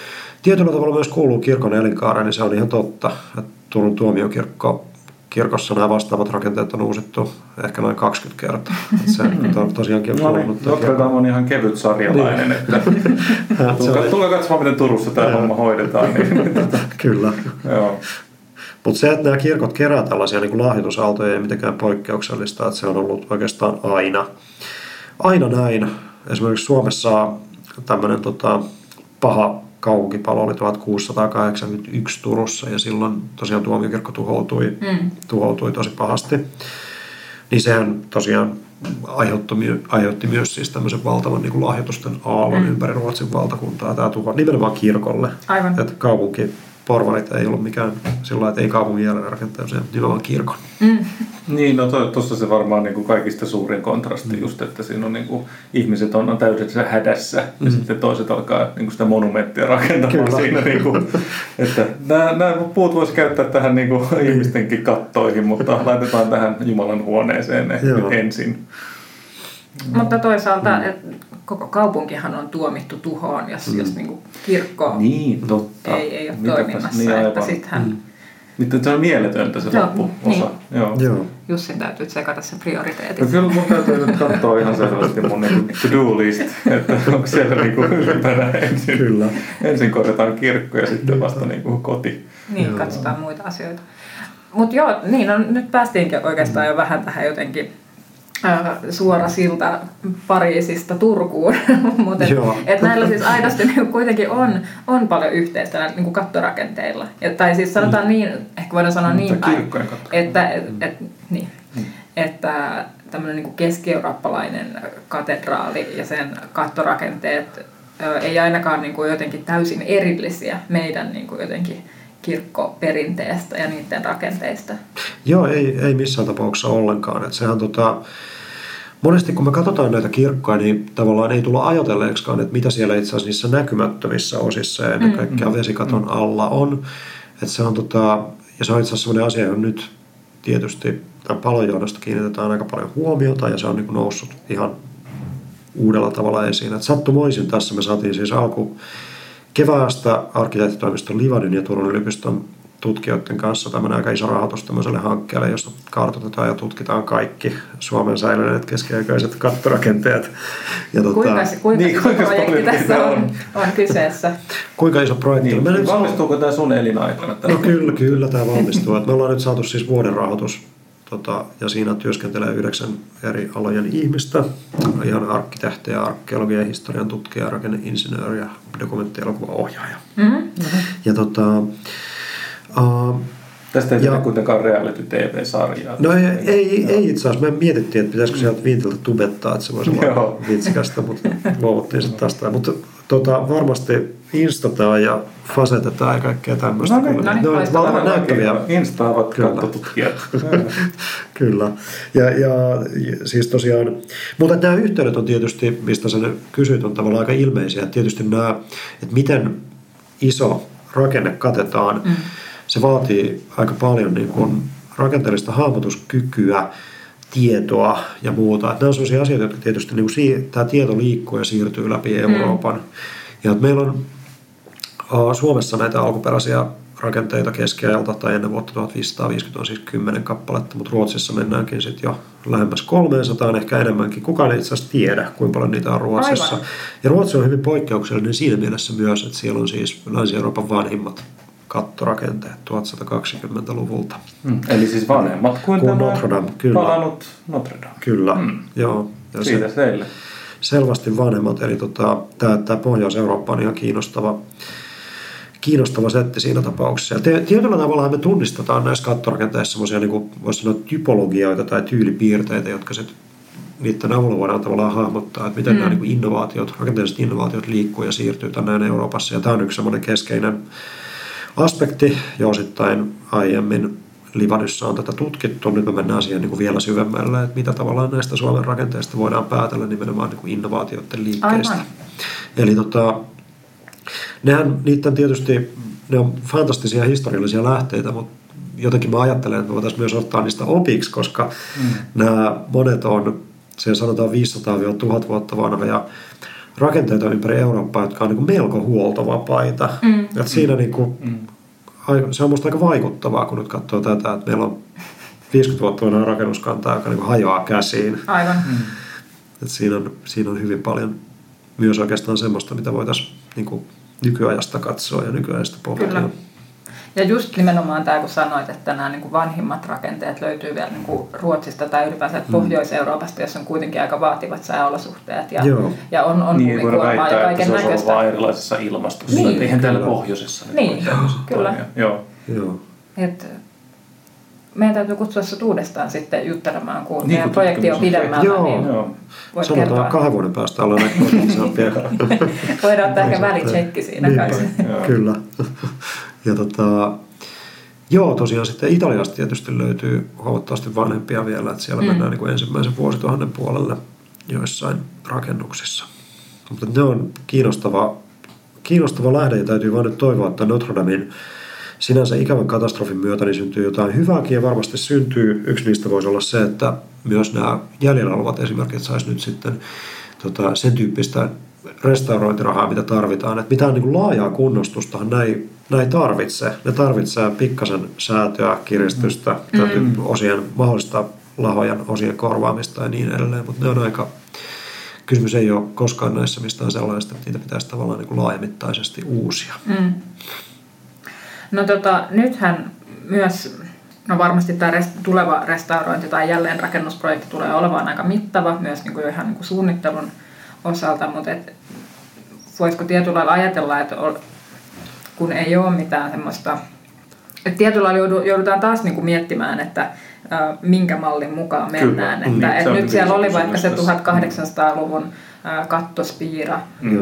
tietyllä tavalla myös kuuluu kirkon elinkaareen, niin se on ihan totta. Että Turun tuomiokirkossa nämä vastaavat rakenteet on uusittu ehkä noin 20 kertaa. Että se tosiaankin on kuulunut. Notre Dame on ihan kevyt sarjalainen, että tulkaa katsomaan, miten Turussa tämä homma hoidetaan. Kyllä. Joo. Mutta se, että nämä kirkot kerää tällaisia niin kuin lahjoitusaaltoja ei mitenkään poikkeuksellista, että se on ollut oikeastaan aina näin. Esimerkiksi Suomessa tämmöinen paha kaupunkipalo oli 1681 Turussa ja silloin tosiaan tuomiokirkko tuhoutui tosi pahasti. Niin sehän tosiaan aiheutti myös siis tämmöisen valtavan niin kuin lahjoitusten aallon ympäri Ruotsin valtakuntaa. Tämä tuho nimenomaan kirkolle. Aivan. Että kaupunkiporvarit ei ollut mikään sillä, että ei kaupungin jälleenrakentaa, se nimenomaan kirkon. Niin, no tuossa se varmaan niin kuin kaikista suurin kontrasti just, että siinä on niin kuin, ihmiset on täydessä hädässä ja sitten toiset alkaa niin kuin sitä monumenttia rakentamaan siinä. Niin kuin, että nämä puut voisi käyttää tähän niin kuin, ihmistenkin kattoihin, mutta laitetaan tähän Jumalan huoneeseen ne ensin. Mutta toisaalta koko kaupunkihan on tuomittu tuhoon, jos niin kuin kirkko ei ole toimimassa. Että sittenhän Nyt se on mieletöntä se loppuosa. Niin. Joo. Jussin täytyy tsekata sen prioriteetit. No kyllä mun täytyy nyt katsoa ihan selvästi mun niinku to-do list, että onko siellä niinku ylempänä ensin. Kyllä. Ensin korjataan kirkko ja sitten vasta niinku koti. Niin, katsotaan muita asioita. Mutta joo, niin no, nyt päästiinkin oikeastaan jo vähän tähän jotenkin suora silta Pariisista Turkuun, mutta et näillä siis aidosti niin kuitenkin on paljon yhteistä näillä niin kattorakenteilla. Tai siis sanotaan niin, ehkä voidaan sanoa niin päin, että tämmöinen niin keski-eurooppalainen katedraali ja sen kattorakenteet ei ainakaan niin kuin jotenkin täysin erillisiä meidän niin kuin jotenkin kirkkoperinteestä ja niiden rakenteista. Joo, ei missään tapauksessa ollenkaan. Että sehän monesti kun me katsotaan näitä kirkkoja, niin tavallaan ei tulla ajatelleeksikaan, että mitä siellä itse asiassa niissä näkymättömissä osissa ja ennen kaikkea vesikaton alla on. Että se on ja se on itse asiassa sellainen asia, johon nyt tietysti tämän palon johdosta kiinnitetään aika paljon huomiota ja se on niin kuin noussut ihan uudella tavalla esiin. Että sattumoisin tässä me saatiin siis keväästä arkkitehtitoimiston Livadyn ja Turun yliopiston tutkijoiden kanssa tämmöinen aika iso rahoitus tämmöiselle hankkeelle, jossa kartoitetaan ja tutkitaan kaikki Suomen säilyneet keskiaikaiset kattorakenteet. Ja kuinka iso projekti tässä on kyseessä? Kuinka iso projekti? Niin, valmistuuko tämä sun elinaikana? No kyllä tämä valmistuu. Me ollaan nyt saatu siis vuoden rahoitus ja siinä työskentelee 9 eri alojen ihmistä. Ihan arkkitehtiä, arkeologia, historian tutkija, rakenneinsinööri ja dokumenttielokuvaohjaaja. Ja tästä ei tehdä kuitenkaan reality-tv-sarjaa. No ei itse asiassa. Me mietittiin, että pitäisikö sieltä Viintiltä tubettaa, että se voisi olla vitsikästä, mutta luovuttiin sitten tästä. Mutta varmasti instataan ja fasetetaan ja kaikkea tämmöistä. Ne ovat valtavan näyttäviä. Instaavat kattotutkijat. Kyllä. Ja siis tosiaan, mutta nämä yhteydet on tietysti, mistä sä kysyit, on tavallaan aika ilmeisiä. Että tietysti nämä, että miten iso rakenne katetaan, se vaatii aika paljon niin kuin rakenteellista hahmotuskykyä, tietoa ja muuta. Että nämä on sellaisia asioita, jotka tietysti niin kuin tämä tieto liikkuu ja siirtyy läpi Euroopan. Ja että meillä on Suomessa näitä alkuperäisiä rakenteita keskiajalta tai ennen vuotta 1550 on siis 10 kappaletta, mutta Ruotsissa mennäänkin sitten jo lähemmäs 300, ehkä enemmänkin. Kukaan ei itse asiassa tiedä, kuinka paljon niitä on Ruotsissa. Aivan. Ja Ruotsi on hyvin poikkeuksellinen siinä mielessä myös, että siellä on siis Länsi-Euroopan vanhimmat kattorakenteet 1120-luvulta. Eli siis vanhemmat kuin tämä Notre Dame, kyllä. Palannut Notre Dame. Kyllä, joo. Ja siitä teille. Selvästi vanhemmat, eli tämä Pohjois-Eurooppa on ihan kiinnostava setti siinä tapauksessa. Ja tietyllä tavalla me tunnistetaan näissä kattorakenteissa semmoisia, niin kuin voisi sanoa, typologioita tai tyylipiirteitä, jotka sitten niiden avulla voidaan tavallaan hahmottaa, että miten nämä niin kuin innovaatiot, rakenteelliset innovaatiot liikkuu ja siirtyy tänne Euroopassa. Ja tämä on yksi semmoinen keskeinen aspekti, jo osittain aiemmin Livadyssa on tätä tutkittu. Nyt me mennään siihen niin kuin vielä syvemmälle, että mitä tavallaan näistä Suomen rakenteista voidaan päätellä nimenomaan niin kuin innovaatioiden liikkeistä. Aivan. Eli niiden tietysti, ne on fantastisia historiallisia lähteitä, mutta jotenkin mä ajattelen, että me voitaisiin myös ottaa niistä opiksi, koska nämä monet on, se sanotaan 500-1000 vuotta vanhoja rakenteita ympäri Eurooppaa, jotka on niin kuin melko huoltovapaita. Että siinä niin kuin, se on musta aika vaikuttavaa, kun nyt katsoo tätä, että meillä on 50 vuotta vanhaa rakennuskantaa, joka niin kuin hajoaa käsiin. Aivan. Että siinä on hyvin paljon myös oikeastaan semmoista, mitä voitaisiin niin kuin nykyajasta katsoa ja nykyajasta pohtia. Kyllä. Ja just nimenomaan tämä, kun sanoit, että nämä niin kuin vanhimmat rakenteet löytyy vielä niin kuin Ruotsista tai ylipäänsä Pohjois-Euroopasta, jossa on kuitenkin aika vaativat sääolosuhteet ja on niin, lumikuormaa ja kaiken näköistä. Niin, se on vaan erilaisessa ilmastossa. Niin, eihän täällä pohjoisessa. Niin, kyllä. Joo. Et meidän täytyy kutsua sut uudestaan sitten juttelemaan, kun meidän projekti on pidemmällä. Joo. Voit sanotaan kertoa. 2 vuoden päästä ollaan näin. Voidaan ottaa ehkä välitsekki siinä kanssa. Kyllä. Ja joo, tosiaan sitten Italiasta tietysti löytyy huomattavasti vanhempia vielä, että siellä mennään niin kuin ensimmäisen vuosituhannen puolelle joissain rakennuksissa. Mutta ne on kiinnostava lähde ja täytyy vaan nyt toivoa, että Notre Damen sinänsä ikävän katastrofin myötä niin syntyy jotain hyvääkin ja varmasti syntyy. Yksi niistä voisi olla se, että myös nämä jäljellä olevat esimerkiksi saisi nyt sitten sen tyyppistä restaurointirahaa, mitä tarvitaan. Että mitään niin kuin laajaa kunnostustahan näin ei tarvitse. Ne tarvitsee pikkasen säätöä, kiristystä, osien mahdollista lahojen osien korvaamista ja niin edelleen, mutta ne on aika... Kysymys ei ole koskaan näissä mistään sellaista, että niitä pitäisi tavallaan niin kuin laajamittaisesti uusia. No nythän myös, no varmasti tämä tuleva restaurointi tai jälleenrakennusprojekti tulee olemaan aika mittava myös niin kuin ihan niin kuin suunnittelun osalta, mutta voisiko tietyllä lailla ajatella, että kun ei ole mitään semmoista, että tietyllä lailla joudutaan taas niin kuin miettimään, että minkä mallin mukaan mennään. Kyllä, että nyt siellä oli vaikka se 1800-luvun kattospiira,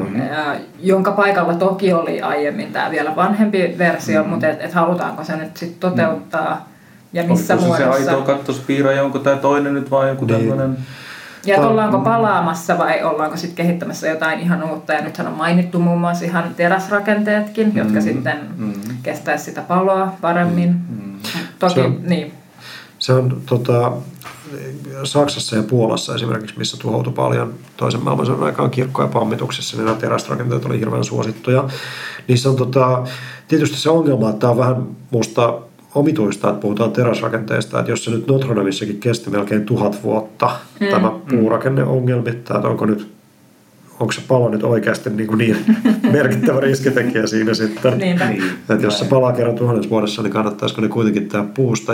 jonka paikalla toki oli aiemmin tämä vielä vanhempi versio, mutta halutaanko se nyt sitten toteuttaa ja missä muodossa. Onko se aito kattospiira ja onko tämä toinen nyt vai joku tämmöinen? Ja ollaanko palaamassa vai ollaanko sitten kehittämässä jotain ihan uutta. Ja nythän on mainittu muun muassa ihan teräsrakenteetkin, jotka sitten kestäisi sitä paloa paremmin. Toki, se on Saksassa ja Puolassa esimerkiksi, missä tuhoutui paljon toisen maailmansodan aikaan kirkkoja pommituksissa, niin nämä teräsrakenteet oli hirveän suosittuja. Niissä on tietysti se ongelma, että tämä on vähän musta omituista, että puhutaan teräsrakenteista, että jos se nyt Notre Damissakin kesti melkein 1000 vuotta tämä puurakenneongelmittaa, että onko se palo nyt oikeasti niin merkittävä riskitekijä siinä sitten. Että jos se palaa kerran 1000 vuodessa, niin kannattaisiko ne kuitenkin tehdä puusta,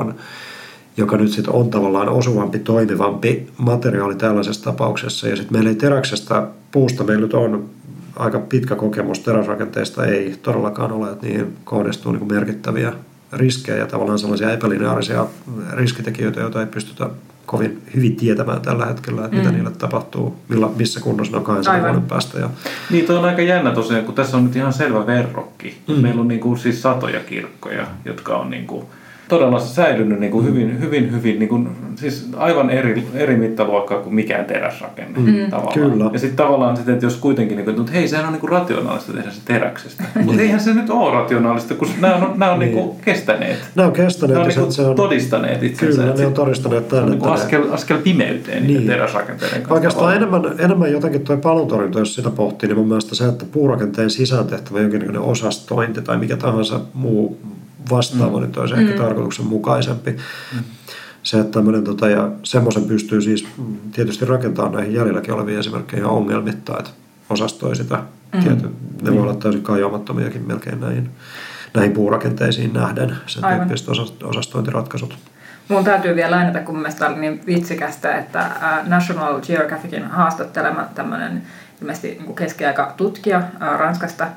joka nyt sitten on tavallaan osuvampi, toimivampi materiaali tällaisessa tapauksessa. Ja sitten meillä ei teräksestä puusta, meillä nyt on aika pitkä kokemus teräsrakenteista, ei todellakaan ole, että niihin kohdistuu niin merkittäviä riskejä ja tavallaan sellaisia epälineaarisia riskitekijöitä, joita ei pystytä kovin hyvin tietämään tällä hetkellä, että mitä niille tapahtuu, missä kunnossa ne on 200 vuoden päästä. Ja... Niin, tuo on aika jännä tosiaan, kun tässä on nyt ihan selvä verrokki. Meillä on niinku siis satoja kirkkoja, jotka on niinku todella säilynyt niinku hyvin niinku, siis aivan eri mittaluokkaa kuin mikään teräsrakenne tavallaan. Kyllä. Ja sitten tavallaan sitten, että jos kuitenkin niinku, että hei, sehän on niinku rationaalista tehdä se teräksestä. Mutta eihän se nyt ole rationaalista, kun nämä on niinku kestäneet. Nämä on kestäneet. Ne on niinku todistaneet itsensä. Kyllä, ne on todistaneet tänne. Niinku askel pimeyteen niiden teräsrakenteiden kanssa. Oikeastaan enemmän jotenkin tuo palontorjunta, jos sitä pohtii, niin mun mielestä se, että puurakenteen sisään tehtävä jonkinlainen osastointi tai mikä tahansa muu vastaava nyt olisi ehkä tarkoituksenmukaisempi. Se, että tämmöinen, ja semmoisen pystyy siis tietysti rakentamaan näihin jäljelläkin oleviin esimerkkeihin ongelmittaa, että osastoi sitä. Ne voi olla täysin kajoamattomiakin melkein näihin puurakenteisiin nähden, sen tyyppiset osastointiratkaisut. Mun täytyy vielä lainata, kun mielestäni oli niin vitsikästä, että National Geographicin haastattelema tämmöinen ilmeisesti niin keskiaikatutkija Ranskasta,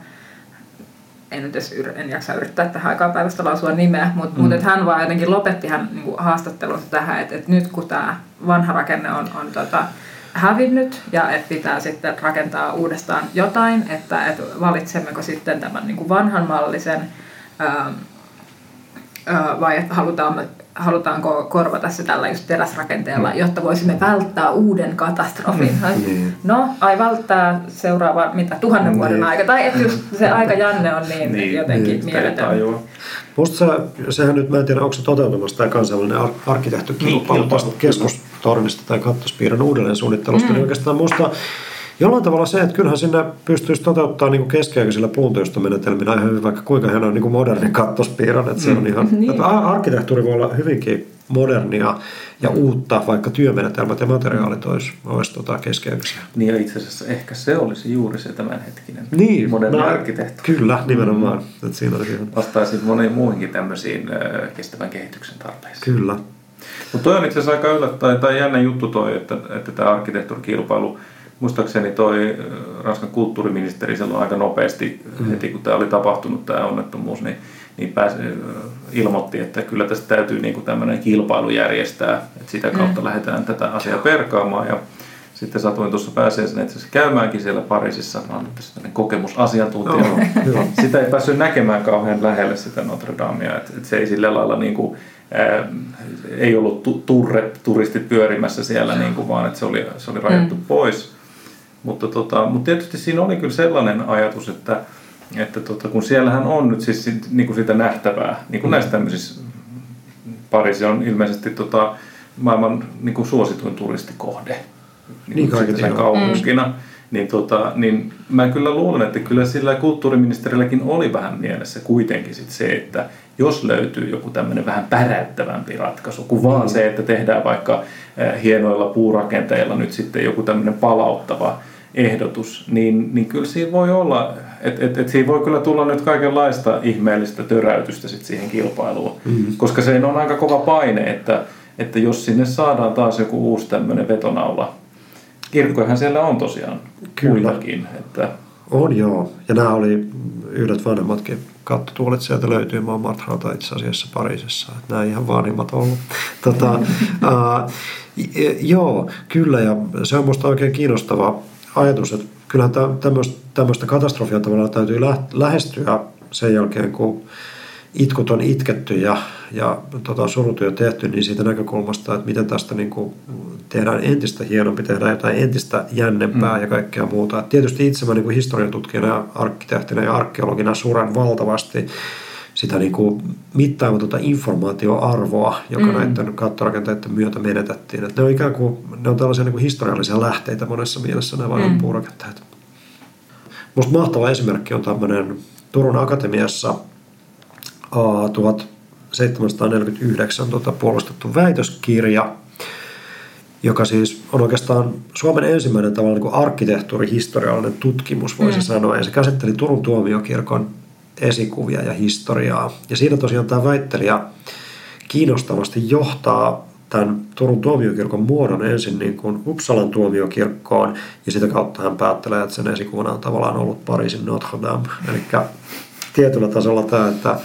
en jaksa yrittää tähän aikaan päivästä lausua nimeä, mutta hän vaan jotenkin lopetti hän niin haastattelunsa tähän, että nyt kun tämä vanha rakenne on hävinnyt ja että pitää sitten rakentaa uudestaan jotain, että valitsemmeko sitten tämän niin kuin vanhanmallisen vai halutaanko korvata se tällä just teräsrakenteella, jotta voisimme välttää uuden katastrofin. No, välttää seuraava 1000 vuoden aika. Tai että just se aikajänne on niin jotenkin mieletön. Musta sehän nyt, mä en tiedä, onko se toteutumassa tämä kansainvälinen arkkitehtukilpailu tästä keskustornista tai kattospiiran uudelleen suunnittelusta, niin oikeastaan musta Jollain tavalla se, että kyllähän sinne pystyisi toteuttamaan niin keskiaikaisilla puuntyöstömenetelmillä ihan hyvin, vaikka kuinka hän on niin moderni kattospiirron. Että se on ihan, että arkkitehtuuri voi olla hyvinkin modernia ja uutta, vaikka työmenetelmät ja materiaalit olisi keskiaikaisia. Niin ja itse asiassa ehkä se olisi juuri se tämänhetkinen moderni arkkitehtuuri. Kyllä, nimenomaan. Että siinä olisi ihan... Vastaisi moniin muihinkin tämmöisiin kestävän kehityksen tarpeisiin. Kyllä. Mutta toi on itse asiassa aika yllättäen, tai jännä juttu toi, että tämä arkkitehtuurikilpailu, muistaakseni toi Ranskan kulttuuriministeri silloin aika nopeasti, heti kun tämä oli tapahtunut tämä onnettomuus, niin ilmoitti, että kyllä tästä täytyy niinku tämmöinen kilpailu järjestää, että sitä kautta lähdetään tätä asiaa perkaamaan. Ja sitten satuin tuossa pääsiäisenä itse asiassa käymäänkin siellä Pariisissa. Mä olen tässä kokemusasiantuntija. Sitä ei päässyt näkemään kauhean lähelle sitä Notre Damea. Että se ei sillä lailla niinku, ei ollut turistit pyörimässä siellä, niinku, vaan että se oli rajattu pois. Mutta tietysti siinä oli kyllä sellainen ajatus, että kun siellähän on nyt siis niinku sitä nähtävää, niin kuin näissä tämmöisissä, Pariisi on ilmeisesti maailman niinku suosituin turistikohde niin kaupunkina, niin mä kyllä luulen, että kyllä sillä kulttuuriministerilläkin oli vähän mielessä kuitenkin sit se, että jos löytyy joku tämmöinen vähän päräyttävämpi ratkaisu, kuin vaan se, että tehdään vaikka hienoilla puurakenteilla nyt sitten joku tämmöinen palauttava ehdotus, niin kyllä siinä voi olla, että siinä voi kyllä tulla nyt kaikenlaista ihmeellistä töräytystä sit siihen kilpailuun, koska se on aika kova paine, että jos sinne saadaan taas joku uusi tämmöinen vetonaula. Kirkkojahan siellä on tosiaan muitakin. Että... On joo, ja nämä oli yhdet vanhemmatkin kattotuolit sieltä löytyy Montmartrelta itse asiassa Pariisissa, että nämä ihan vanhimmat ollut. Joo, kyllä, ja se on musta oikein kiinnostava ajatus, että kyllähän tämmöistä katastrofia tavallaan täytyy lähestyä sen jälkeen, kun itkut on itketty ja surutyö tehty, niin siitä näkökulmasta, että miten tästä niin kuin tehdään entistä hienompi, tehdään jotain entistä jännempää ja kaikkea muuta. Et tietysti itse mä niin kuin historiantutkijana ja arkkitehtina ja arkeologina suren valtavasti sitä niin kuin mittaamatonta informaatioarvoa, joka näiden kattorakenteiden myötä menetettiin. Et ne on ikään kuin ne on tällaisia niin kuin historiallisia lähteitä monessa mielessä nämä vanhat puurakenteet. Musta mahtava esimerkki on tämmöinen Turun Akatemiassa 1749 puolustettu väitöskirja, joka siis on oikeastaan Suomen ensimmäinen tavallaan niin kuin arkkitehtuurihistoriallinen tutkimus, voisi sanoa. Ja se käsitteli Turun tuomiokirkon esikuvia ja historiaa. Ja siinä tosiaan tämä väittelijä kiinnostavasti johtaa tämän Turun tuomiokirkon muodon ensin niin kuin Uppsalan tuomiokirkkoon, ja sitä kautta hän päättelee, että sen esikuvana on tavallaan ollut Pariisin Notre Dame. Eli tietyllä tasolla tämä, että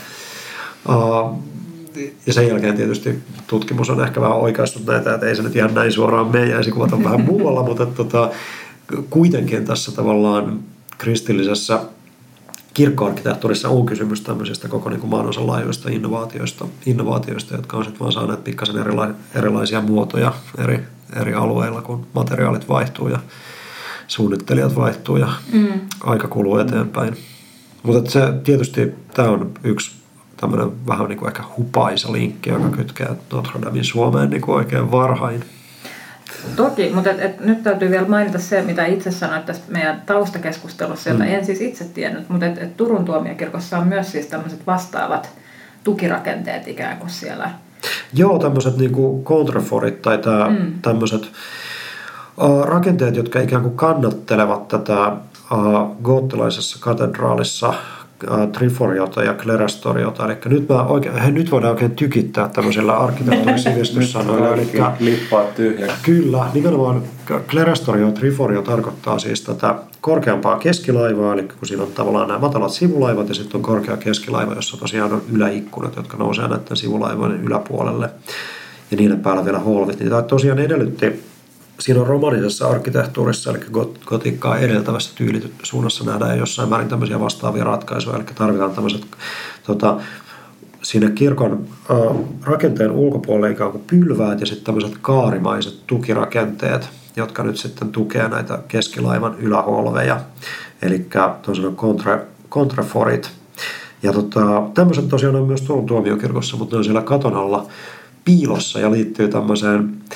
ja sen jälkeen tietysti tutkimus on ehkä vähän oikaissut näitä, että ei se nyt ihan näin suoraan mene, esikuvat on vähän muualla, mutta kuitenkin tässä tavallaan kristillisessä kirkkoarkkitehtuurissa on kysymys tämmöisistä koko niin kuin maanosan laajuista innovaatioista, jotka on sitten vaan saaneet pikkasen erilaisia muotoja eri alueilla, kun materiaalit vaihtuu ja suunnittelijat vaihtuu ja aika kuluu eteenpäin. Mutta se tietysti tämä on yksi tämmöinen vähän niin kuin ehkä hupaisa linkki, joka kytkee Notre Damen Suomeen niin kuin oikein varhain. Toki, mutta nyt täytyy vielä mainita se, mitä itse sanoit tästä meidän taustakeskustelussa, jota en siis itse tiennyt, mutta Turun tuomiokirkossa on myös siis tämmöiset vastaavat tukirakenteet ikään kuin siellä. Joo, tämmöiset niin kuin contreforit tai tämmöiset rakenteet, jotka ikään kuin kannattelevat tätä goottilaisessa katedraalissa triforiota ja klerastoriota. Eli nyt voidaan oikein tykittää tämmöisellä arkkitehtuurisivistyssanoilla. Lippaat tyhjäksi. Kyllä, nimenomaan klerastorio ja triforio tarkoittaa siis tätä korkeampaa keskilaivaa, eli kun siinä on tavallaan nämä matalat sivulaivat ja sitten on korkea keskilaiva, jossa tosiaan on yläikkunat, jotka nousee näiden sivulaivojen yläpuolelle ja niiden päällä vielä holvit. Niin tämä tosiaan edellytti, siinä on romanisessa arkkitehtuurissa, eli gotikkaa edeltävässä tyylisuunnassa nähdään jossain määrin tämmöisiä vastaavia ratkaisuja, eli tarvitaan tämmöiset siinä kirkon rakenteen ulkopuolelle ikään kuin pylväät ja sitten tämmöiset kaarimaiset tukirakenteet, jotka nyt sitten tukee näitä keskilaivan yläholveja, eli tosiaan kontreforit. Ja tämmöiset tosiaan on myös Turun tuomiokirkossa, mutta ne on siellä katon alla piilossa ja liittyy tämmöiseen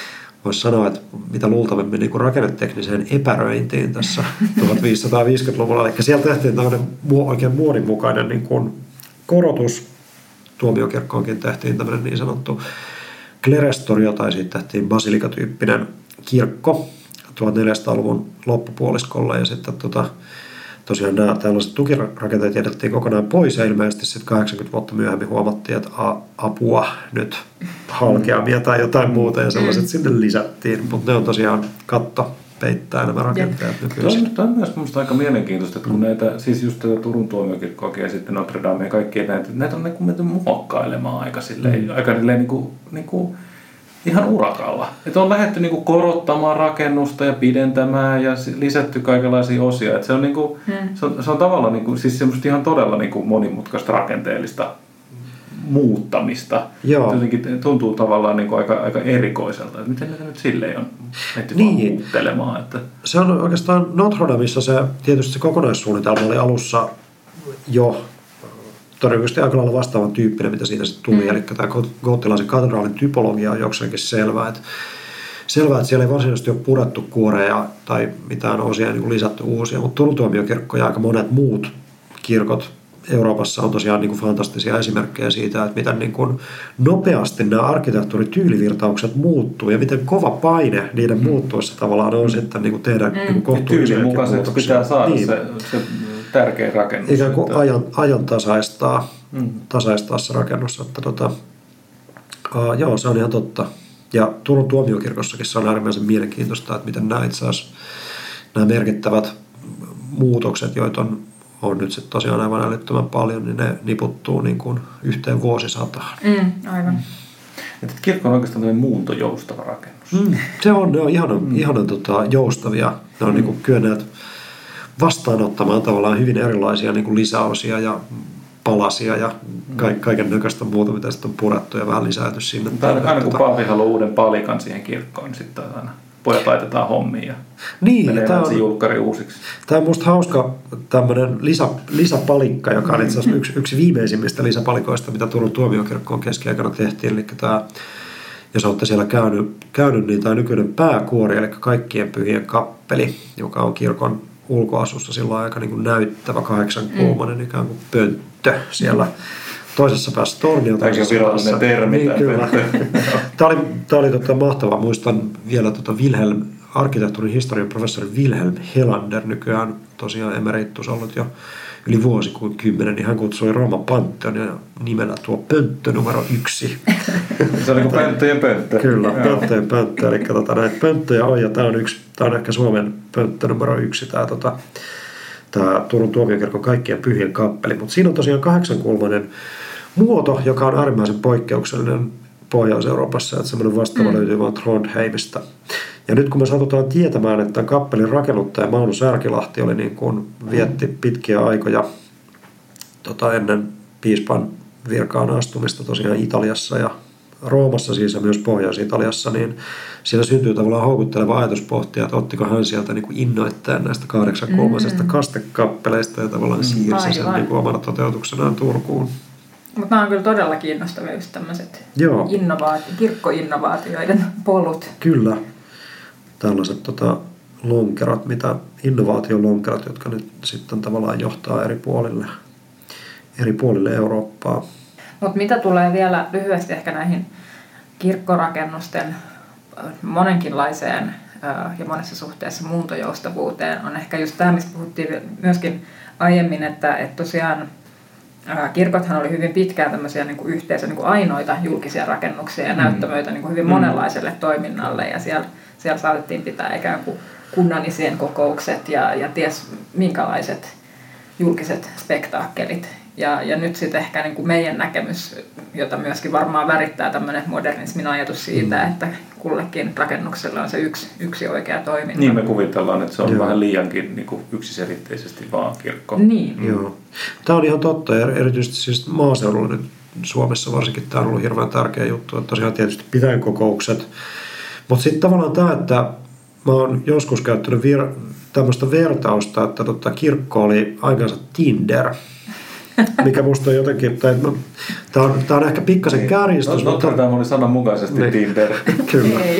voisi sanoa, että mitä luultavimmin niin kuin rakennetekniseen epäröintiin tässä 1550-luvulla. Eli siellä tehtiin tämmöinen oikein muodinmukainen niin kuin korotus. Tuomiokirkkoonkin tehtiin tämmöinen niin sanottu klerestorio, tai siitä tehtiin basilikatyyppinen kirkko 1400-luvun loppupuoliskolla, ja sitten tosiaan nämä tällaiset tukirakenteet jätettiin kokonaan pois, ja ilmeisesti sitten 80 vuotta myöhemmin huomattiin, että apua nyt halkeamia tai jotain muuta, ja sellaiset sinne lisättiin, mutta ne on tosiaan katto peittää nämä rakenteet nykyisin. Tämä on myös minusta aika mielenkiintoista, että kun näitä, siis just tätä Turun tuomiokirkkoakin ja sitten Notre Dame ja kaikki näitä on menty muokkailemaan aika silleen, aika niin kuin ihan urakalla. Että on lähdetty niin kuin korottamaan rakennusta ja pidentämään ja lisätty kaikenlaisia osia. Että se on, niin kuin, se on tavallaan niin kuin, siis semmoista ihan todella niin kuin monimutkaista rakenteellista muuttamista. Joo. Jotenkin tuntuu tavallaan niin kuin aika erikoiselta. Että miten ne nyt silleen on menty vaan muuttelemaan. Että se on oikeastaan Notre Damessa tietysti se kokonaissuunnitelma oli alussa jo todennäköisesti aika lailla vastaavan tyyppinen, mitä siitä sitten tuli. Eli tämä goottilaisen katedraalin typologia on jokseenkin selvää, että siellä ei varsinaisesti ole purettu kuoreja tai mitään osia niin kuin lisätty uusia, mutta Turun tuomiokirkko ja aika monet muut kirkot Euroopassa on tosiaan niin kuin fantastisia esimerkkejä siitä, että miten niin kuin nopeasti nämä arkkitehtuurityylivirtaukset muuttuu ja miten kova paine niiden muuttuessa tavallaan on sitten niin kuin tehdä niin kohtuullisia muutoksia. Pitää saada se tärkeä rakennus. Ikään kuin ajan tasaistaa se rakennus. Että joo, se on ihan totta. Ja Turun tuomiokirkossakin se on äärimmäisen mielenkiintoista, että miten nämä itse asiassa nämä merkittävät muutokset, joita on nyt sitten tosiaan aivan älyttömän paljon, niin ne niputtuu niin kuin yhteen vuosisataan. Aivan. Että kirkko on oikeastaan tämmöinen muuntojoustava rakennus. Ne on ihanan joustavia. Ne on niin kuin kyenneet vastaanottamaan tavallaan hyvin erilaisia niin kuin lisäosia ja palasia ja kaiken näköistä muuta, mitä sitten on purettu ja vähän lisäyty sinne. Aina kun paavi haluaa uuden palikan siihen kirkkoon, niin sitten aina pojat laitetaan hommiin ja menee se julkkari uusiksi. Tämä on musta hauska tämmöinen lisäpalikka, joka on itse asiassa yksi viimeisimmistä lisäpalikoista, mitä Turun tuomiokirkkoon keskiaikana tehtiin. Eli tämä, jos olette siellä käynyt niin tämä nykyinen pääkuori, eli Kaikkien pyhien kappeli, joka on kirkon ulkoasussa silloin aika niin kuin näyttävä 8-kulmainen ikään kuin pönttö siellä toisessa päässä tornia. Aika virallinen termi. Niin, kyllä. Tämä oli mahtavaa. Muistan vielä arkkitehtuurin historian professori Wilhelm Helander, nykyään tosiaan emeritus ollut jo yli vuosikymmenen, niin hän kutsui Rooman Pantheonia nimellä tuo pönttö numero 1. Se on niin kuin pönttöjen pönttö. Kyllä, pönttöjen pönttö. Eli näitä pönttöjä on, ja tämä on ehkä Suomen pönttö numero 1, tämä Turun tuomiokirkon Kaikkien pyhien kappeli. Mutta siinä on tosiaan 8-kulmainen muoto, joka on äärimmäisen poikkeuksellinen Pohjois-Euroopassa, että semmoinen vastaava löytyy vain Trondheimista. Ja nyt kun me satutaan tietämään, että kappelin rakennuttaja Magnus Särkilahti oli niin kuin vietti pitkiä aikoja ennen piispan virkaan astumista tosiaan Italiassa ja Roomassa siis ja myös Pohjois-Italiassa, niin siellä syntyy tavallaan houkutteleva ajatus pohtia, että ottiko hän sieltä niin kuin innoitteen näistä 8-kulmaisesta kastekappeleista ja tavallaan siirsi sen niin kuin omana toteutuksenaan Turkuun. Mutta nämä on kyllä todella kiinnostavia just tämmöiset kirkkoinnovaatioiden polut. Kyllä. Tällaiset lonkerot, innovaatiolonkerot, jotka nyt sitten tavallaan johtaa eri puolille Eurooppaa. Mutta mitä tulee vielä lyhyesti ehkä näihin kirkkorakennusten monenkinlaiseen ja monessa suhteessa muuntojoustavuuteen, on ehkä just tämä, mistä puhuttiin myöskin aiemmin, että tosiaan kirkothan oli hyvin pitkään tämmöisiä niin kuin yhteisö, niin kuin ainoita julkisia rakennuksia ja näyttämöitä niin kuin hyvin monenlaiselle toiminnalle, ja siellä saatettiin pitää ikään kuin kunnanisien kokoukset ja ties minkälaiset julkiset spektaakkelit. Ja nyt sitten ehkä niin kuin meidän näkemys, jota myöskin varmaan värittää tämmöinen modernismin ajatus siitä, että kullekin rakennukselle on se yksi oikea toiminta. Niin me kuvitellaan, että se on vähän liiankin niin kuin yksiselitteisesti vaan kirkko. Niin. Joo. Tämä on ihan totta, ja erityisesti siis maaseudulla nyt Suomessa varsinkin tämä on ollut hirveän tärkeä juttu, että tosiaan tietysti pitäjänkokoukset. Mutta sitten tavallaan tämä, että mä oon joskus käyttänyt tämmöistä vertausta, että kirkko oli aikansa Tinder. mikä musta on jotenkin, tämä on ehkä pikkasen kärjistys. Notre Dame oli sananmukaisesti niin. Tinder. Kyllä. Ei.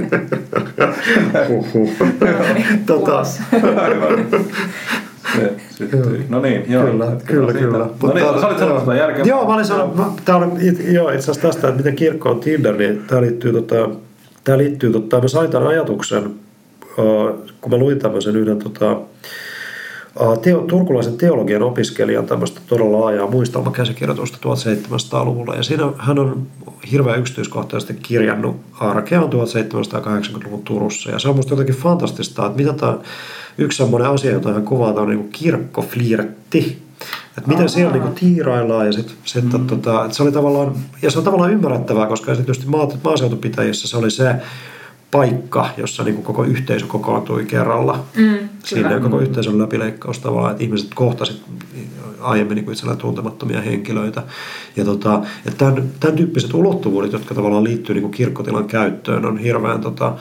No niin, joo. Kyllä. No niin, sä olit sanonut sitä järkeä. Joo, mä olin sanonut, itse asiassa tästä, että miten kirkko on Tinder, niin tämä liittyy, mä sain tämän ajatuksen, kun mä luin tämmöisen yhden turkulaisen teologian opiskelijan tämmöistä todella laajaa muistelmakäsikirjoitusta 1700-luvulla. Ja siinä hän on hirveän yksityiskohtaisesti kirjannut arkeaan 1780-luvun Turussa. Ja se on musta jotenkin fantastista, että mitä tämä yksi semmoinen asia, jota hän kuvaa, on niin kirkkoflirtti. Että miten siellä niin tiiraillaan ja sitten että se oli tavallaan, ja se on tavallaan ymmärrettävää, koska tietysti maaseutupitäjissä se oli se paikka, jossa niin koko yhteisö kokoontui kerralla. Siinä koko yhteisön läpileikkaus tavallaan, että ihmiset kohtasivat aiemmin niin itsellään tuntemattomia henkilöitä. Ja tämän tyyppiset ulottuvuudet, jotka tavallaan liittyy niin kirkkotilan käyttöön, on hirveän,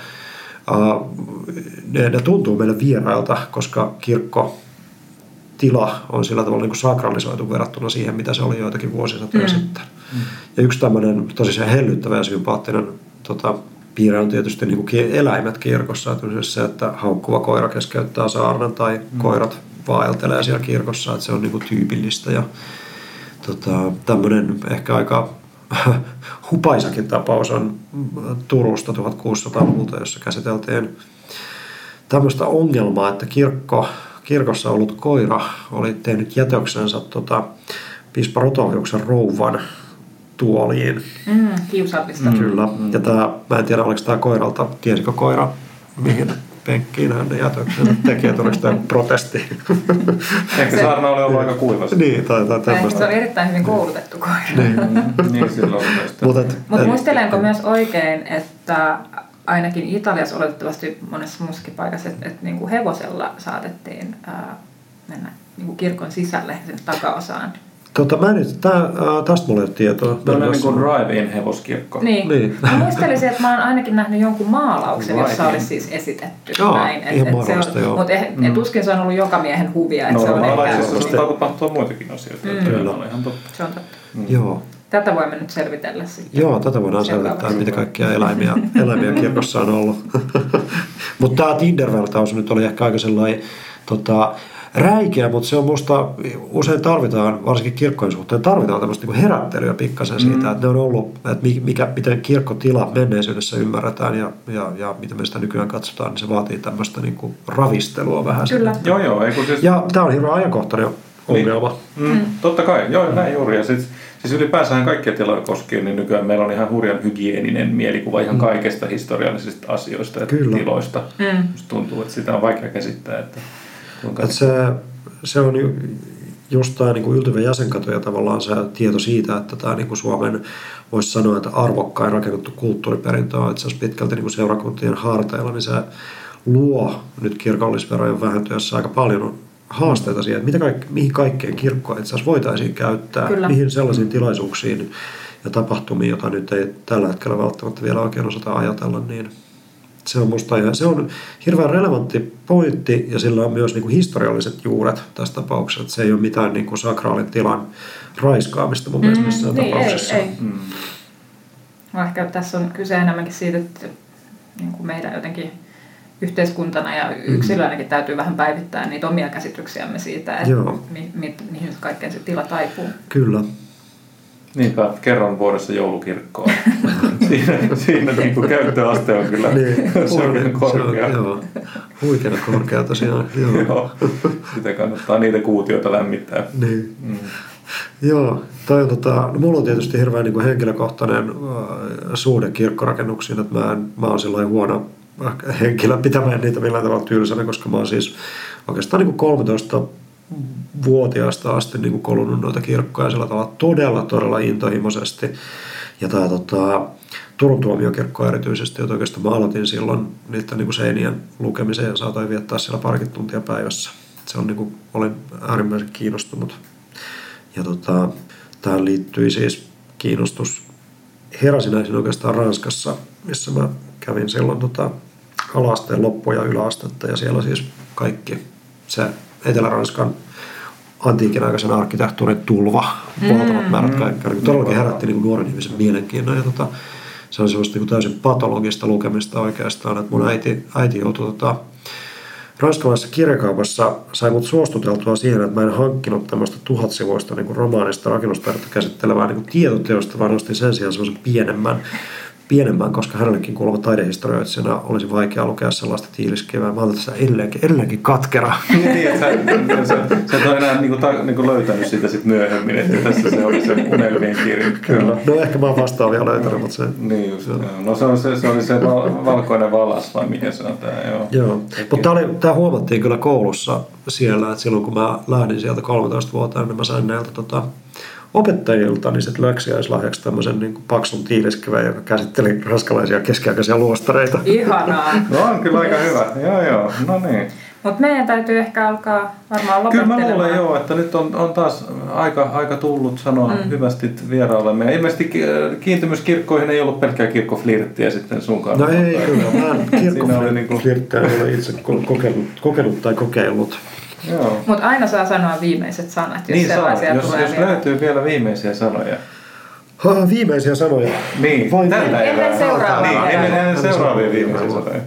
ne tuntuu meille vierailta, koska kirkkotila on sillä tavalla niin sakralisoitu verrattuna siihen, mitä se oli joitakin vuosisatoja sitten. Ja yksi tämmöinen tosi hellyttävä ja sympaattinen piirre on tietysti niin kuin eläimet kirkossa, että se, että haukkuva koira keskeyttää saarnan tai koirat vaeltelee siellä kirkossa, että se on niin kuin tyypillistä. Ja tämmöinen ehkä aika hupaisakin tapaus on Turusta 1600-luvulta, jossa käsiteltiin tämmöistä ongelmaa, että kirkossa ollut koira oli tehnyt jätöksensä piispa Rotoliuksen rouvan tuoliin. Kiusallista. Kyllä. Ja mä en tiedä, oliko tämä koiralta, tiesikö koira, mihin penkkiin hän ne jätöksen tekee, tuliko tämä protesti. Ehkä saarna oli ollut aika kuivassa. Niin, tai tämmöistä. Se on erittäin hyvin koulutettu koira. Niin silloin Mutta muistelenko myös oikein, että ainakin Italiassa oletettavasti monessa muussakin paikassa, että niin kuin hevosella saatettiin mennä niin kuin kirkon sisälle sen takaosaan. Tästä mulla ei ole tietoa. Tämä on niin kuin drive-in hevoskirkko. Niin. Mä muistelisin, että mä oon ainakin nähnyt jonkun maalauksen, jossa olisi siis esitetty näin. Mutta tuskin se on ollut joka miehen huvia. Normaalisesti tapahtuu muitakin asioita. Kyllä. Ihan totta. Se on totta. Joo. Tätä voimme nyt selvitellä sitten. Joo, tätä voidaan selvittää, mitä kaikkia eläimiä kirkossa on ollut. Mutta tämä Tinder-vertaus nyt oli ehkä aika sellainen räikeä, mutta se on musta, usein tarvitaan, varsinkin kirkkojen suhteen, tarvitaan tämmöistä niin herättelyä pikkasen siitä, että ne on ollut, että miten kirkkotila menneisyydessä ymmärretään ja miten me sitä nykyään katsotaan, niin se vaatii tämmöistä niin kuin ravistelua vähän. Kyllä. Joo. Ja tämä on hirveän ajankohtainen ongelma. Totta kai, joo, näin juuri. Ja siis ylipäänsä kaikkia tiloja koskien, niin nykyään meillä on ihan hurjan hygieninen mielikuva ihan kaikesta historiallisista asioista ja tiloista. Musta tuntuu, että sitä on vaikea käsittää, että se on just tämä niin yltyvä jäsenkato ja tavallaan se tieto siitä, että tämä niin Suomen, voisi sanoa, että arvokkain rakennettu kulttuuriperintö on itse asiassa pitkälti niin seurakuntien harteilla, niin se luo nyt kirkollisverojen vähentyessä aika paljon haasteita siihen, että mihin kaikkeen kirkkoa itse asiassa voitaisiin käyttää, mihin sellaisiin tilaisuuksiin ja tapahtumiin, joita nyt ei tällä hetkellä välttämättä vielä oikein osata ajatella, niin se on musta ja se on hirveän relevantti pointti ja sillä on myös niin kuin historialliset juuret tässä tapauksessa. Että se ei ole mitään niin kuin sakraalin tilan raiskaamista mun mielestä missään tapauksessa. Ei. Ehkä tässä on kyse enemmänkin siitä, että niin kuin meidän jotenkin yhteiskuntana ja yksilöinäkin täytyy vähän päivittää niitä omia käsityksiämme siitä, että mihin kaikkeen se tila taipuu. Kyllä. Niinpä, kerran vuodessa joulukirkkoon. siinä niin kuin käyttöaste on kyllä oikein korkea. Joo, huikeana korkea tosiaan. Joo. Sitä kannattaa niitä kuutioita lämmittää. Niin. Joo, mulla on tietysti hirveän niin kuin henkilökohtainen suhde kirkkorakennuksiin, että mä oon sellainen huono henkilö pitämään niitä millään tavalla tylsänä, koska mä oon siis oikeastaan niin kuin 13-vuotiaasta asti niin kuin kolunnut noita kirkkoja sillä tavalla todella intohimoisesti. Ja Turun tuomiokirkko erityisesti, että oikeastaan mä aloitin silloin niiden niin kuin seinien lukemiseen ja saatoin viettää siellä parikin tuntia päivässä. Se on niin kuin, olin äärimmäisen kiinnostunut. Ja tähän liittyi siis kiinnostus. Heräsin näisin oikeastaan Ranskassa, missä mä kävin silloin ala-asteen loppu- ja yläastetta ja siellä siis kaikki se Etelä-Ranskan antiikin aikaisen arkkitehtuurin tulva, valtavat määrät kaikkea. Todellakin herätti niin nuoren ihmisen mielenkiinnon. Ja se on sellaista niin täysin patologista lukemista oikeastaan. Että mun äiti joutui ranskalaisessa kirjakaupassa, sai mut suostuteltua siihen, että mä en hankkinut tämmöistä 1000-sivuista niin romaanista rakennustaidetta käsittelevää niin tiedoteosta, vaan nostin sen sijaan semmoisen pienemmän, koska hänellekin kuuluva taidehistorioitsijana olisi vaikea lukea sellaista tiiliskivää. Mä olen tässä edelleenkin katkera. Niin, että sä et ole enää niinku löytänyt sitä sit myöhemmin, että tässä se oli se unelmien kirja. Kyllä. No ehkä mä oon vastaavia löytänyt, mutta se... Niin just, no se oli se valkoinen valas vai mikä se on tää, Joo. Mutta tää huomattiin kyllä koulussa siellä, että silloin kun mä lähdin sieltä 13-vuotiaana, niin mä sain näiltä opettajilta niin sitten läksiäislahjaksi tämmöisen niin paksun tiiliskivän, joka käsitteli ranskalaisia keskiaikaisia luostareita. Ihanaa. No on kyllä aika hyvä. Joo, no niin. Mutta meidän täytyy ehkä alkaa varmaan lopettelemaan. Kyllä mä luulen joo, että nyt on taas aika tullut sanoa hyvästi vieraillemme. Ja ilmeisesti kiintymys kirkkoihin ei ollut pelkkää kirkkoflirttiä sitten sunkaan. No ei kyllä, mä kirkkoflirttiä en ole itse kokenut tai kokeillut. Mutta aina saa sanoa viimeiset sanat, jos niin sellaisia tulee. Jos löytyy vielä viimeisiä sanoja. Viimeisiä sanoja? Niin, ennen seuraavaa. Ennen seuraavia viimeisiä sanoja.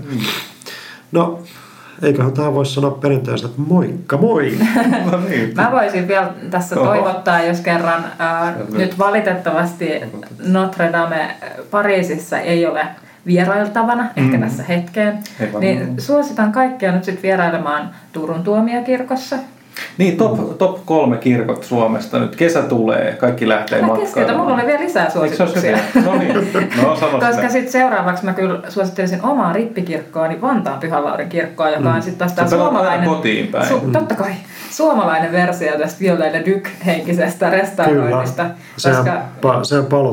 No, eiköhän tähän voisi sanoa perinteisesti, että moikka moi! No niin. Mä voisin vielä tässä toivottaa, jos kerran nyt valitettavasti Notre Dame Pariisissa ei ole vierailtavana, ehkä tässä hetkeen, niin suositan kaikkia nyt sitten vierailemaan Turun tuomiokirkossa. Niin, top 3 kirkot Suomesta. Nyt kesä tulee, kaikki lähtee matkailemaan. Mulla oli vielä lisää suosituksia. No niin, sano koska sitten seuraavaksi mä kyllä suosittelisin omaa rippikirkkoa, niin Vantaan Pyhän Laurin kirkkoa, joka on sitten taas suomalainen... kotiin päin. Totta kai. Suomalainen versio tästä Violaine Duc-henkisestä restauroinnista. Kyllä, sehän paloi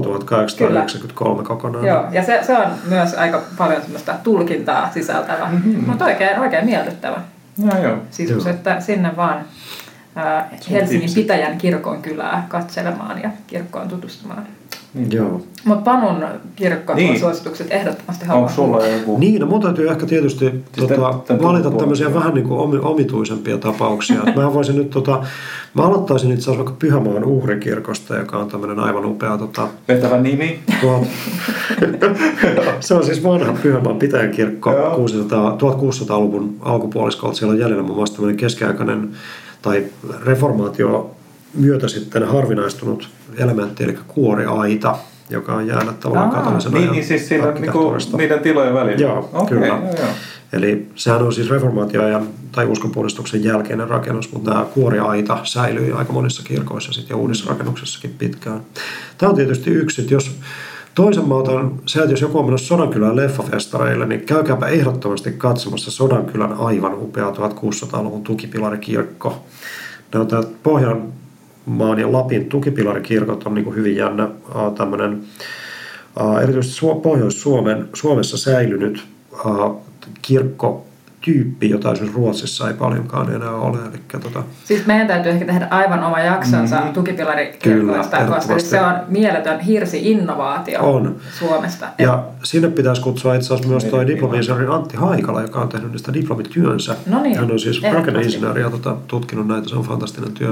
1893 kokonaan. Joo, ja se on myös aika paljon semmoista tulkintaa sisältävä, mutta oikein miellyttävä. Joo. Sisus, että sinne vaan Helsingin Pitäjän kirkonkylää katselemaan ja kirkkoon tutustumaan. Joo. Mutta Panun kirkkosuositukset ehdottomasti haluan. Onko sulla joku? Niin, no mun täytyy ehkä tietysti valita tämmöisiä vähän niin kuin omituisempia tapauksia. Mä voisin nyt mä aloittaisin itse asiassa vaikka Pyhämaan uhrikirkosta, joka on tämmöinen aivan upea vetävä nimi. Se on siis vanha Pyhämaan Pitäjän kirkko 1600-luvun alkupuoliskolta. Siellä on jäljellä muun muassa tämmöinen keskiaikainen tai reformaatio myötä sitten harvinaistunut elementti, eli kuoriaita, joka on jäänyt tavallaan katolisen ajan siis siinä niiden tilojen välillä. Joo, kyllä. Joo. Eli sehän on siis reformaatioajan tai uskonpuhdistuksen jälkeinen rakennus, mutta tämä kuoriaita säilyi aika monissa kirkoissa sitten ja uudissa rakennuksissakin pitkään. Tämä on tietysti yksi, että jos toisen mä otan se, että jos joku on menossa Sodankylän leffafestareille, niin käykääpä ehdottomasti katsomassa Sodankylän aivan upea 1600-luvun tukipilarikirkko. Nämä on tämä Pohjanmaan ja Lapin tukipilarikirkot on niin kuin hyvin jännä tämmöinen erityisesti Pohjois-Suomessa säilynyt kirkkotyyppi, jota esimerkiksi Ruotsissa ei paljonkaan enää ole. Siis meidän täytyy ehkä tehdä aivan oma jaksonsa tukipilarikirkoista, koska se on mieletön hirsi-innovaatio Suomesta. Ja sinne pitäisi kutsua itse asiassa myös tuo diplomi-insinööri Antti Haikala, joka on tehnyt niistä diplomityönsä. No niin, hän on siis rakenneinsinööri ja tutkinut näitä, se on fantastinen työ.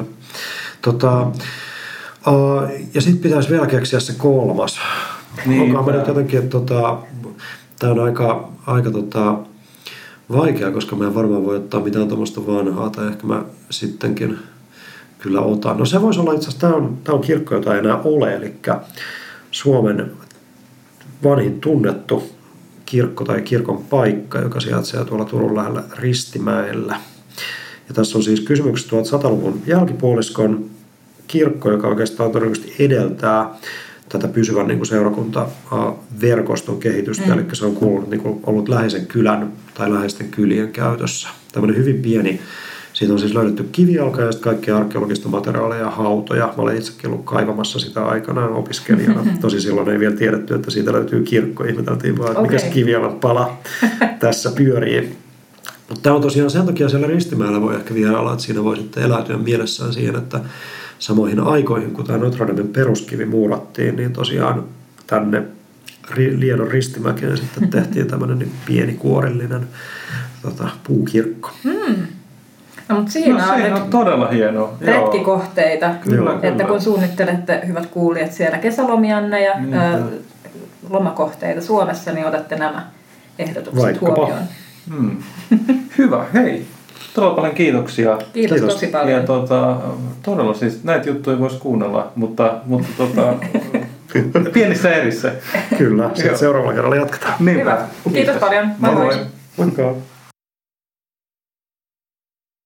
Ja sitten pitäisi vielä keksiä se kolmas. Onkaan me nyt jotenkin, että tämä on aika vaikea, koska mä en varmaan voi ottaa mitään tuommoista vanhaa, tai ehkä mä sittenkin kyllä otan. No se voisi olla itse asiassa, tämä on kirkko, jota ei enää ole, eli Suomen vanhin tunnettu kirkko tai kirkon paikka, joka sijaitsee tuolla Turun lähellä Ristimäellä. Ja tässä on siis kysymyksessä 1100-luvun jälkipuoliskon kirkko, joka oikeastaan todennäköisesti edeltää tätä pysyvän niin kuin seurakuntaverkoston kehitystä, eli se on kuulunut, niin kuin ollut läheisen kylän tai läheisten kylien käytössä. Tämmöinen hyvin pieni, siitä on siis löydetty kivijalka ja sitten kaikkia arkeologista materiaaleja ja hautoja. Mä olen itsekin ollut kaivamassa sitä aikanaan opiskelijana. Tosi silloin ei vielä tiedetty, että siitä löytyy kirkko. Ihmeteltiin vaan, että mikä se kivijalan pala tässä pyörii. Mutta tämä on tosiaan sen takia siellä Ristimäellä voi ehkä vierailla, että siinä voi sitten eläytyä mielessään siihen, että samoihin aikoihin, kun tämä Notre Damen peruskivi muurattiin, niin tosiaan tänne Liedon Ristimäkeen sitten tehtiin tämmöinen niin pieni kuorellinen puukirkko. mutta siinä on nyt todella hienoa. retkikohteita, Kyllä. että kun suunnittelette, hyvät kuulijat, siellä kesälomianne ja lomakohteita Suomessa, niin otatte nämä ehdotukset huomioon. Hyvä, hei. Todella paljon kiitoksia. Kiitos tosi paljon. Ja todella siis näitä juttuja voisi kuunnella, mutta pienissä erissä. Kyllä, sitten seuraavalla kerralla jatketaan. Niinpä. Hyvä. Kiitos paljon. Moi moi. Moikka.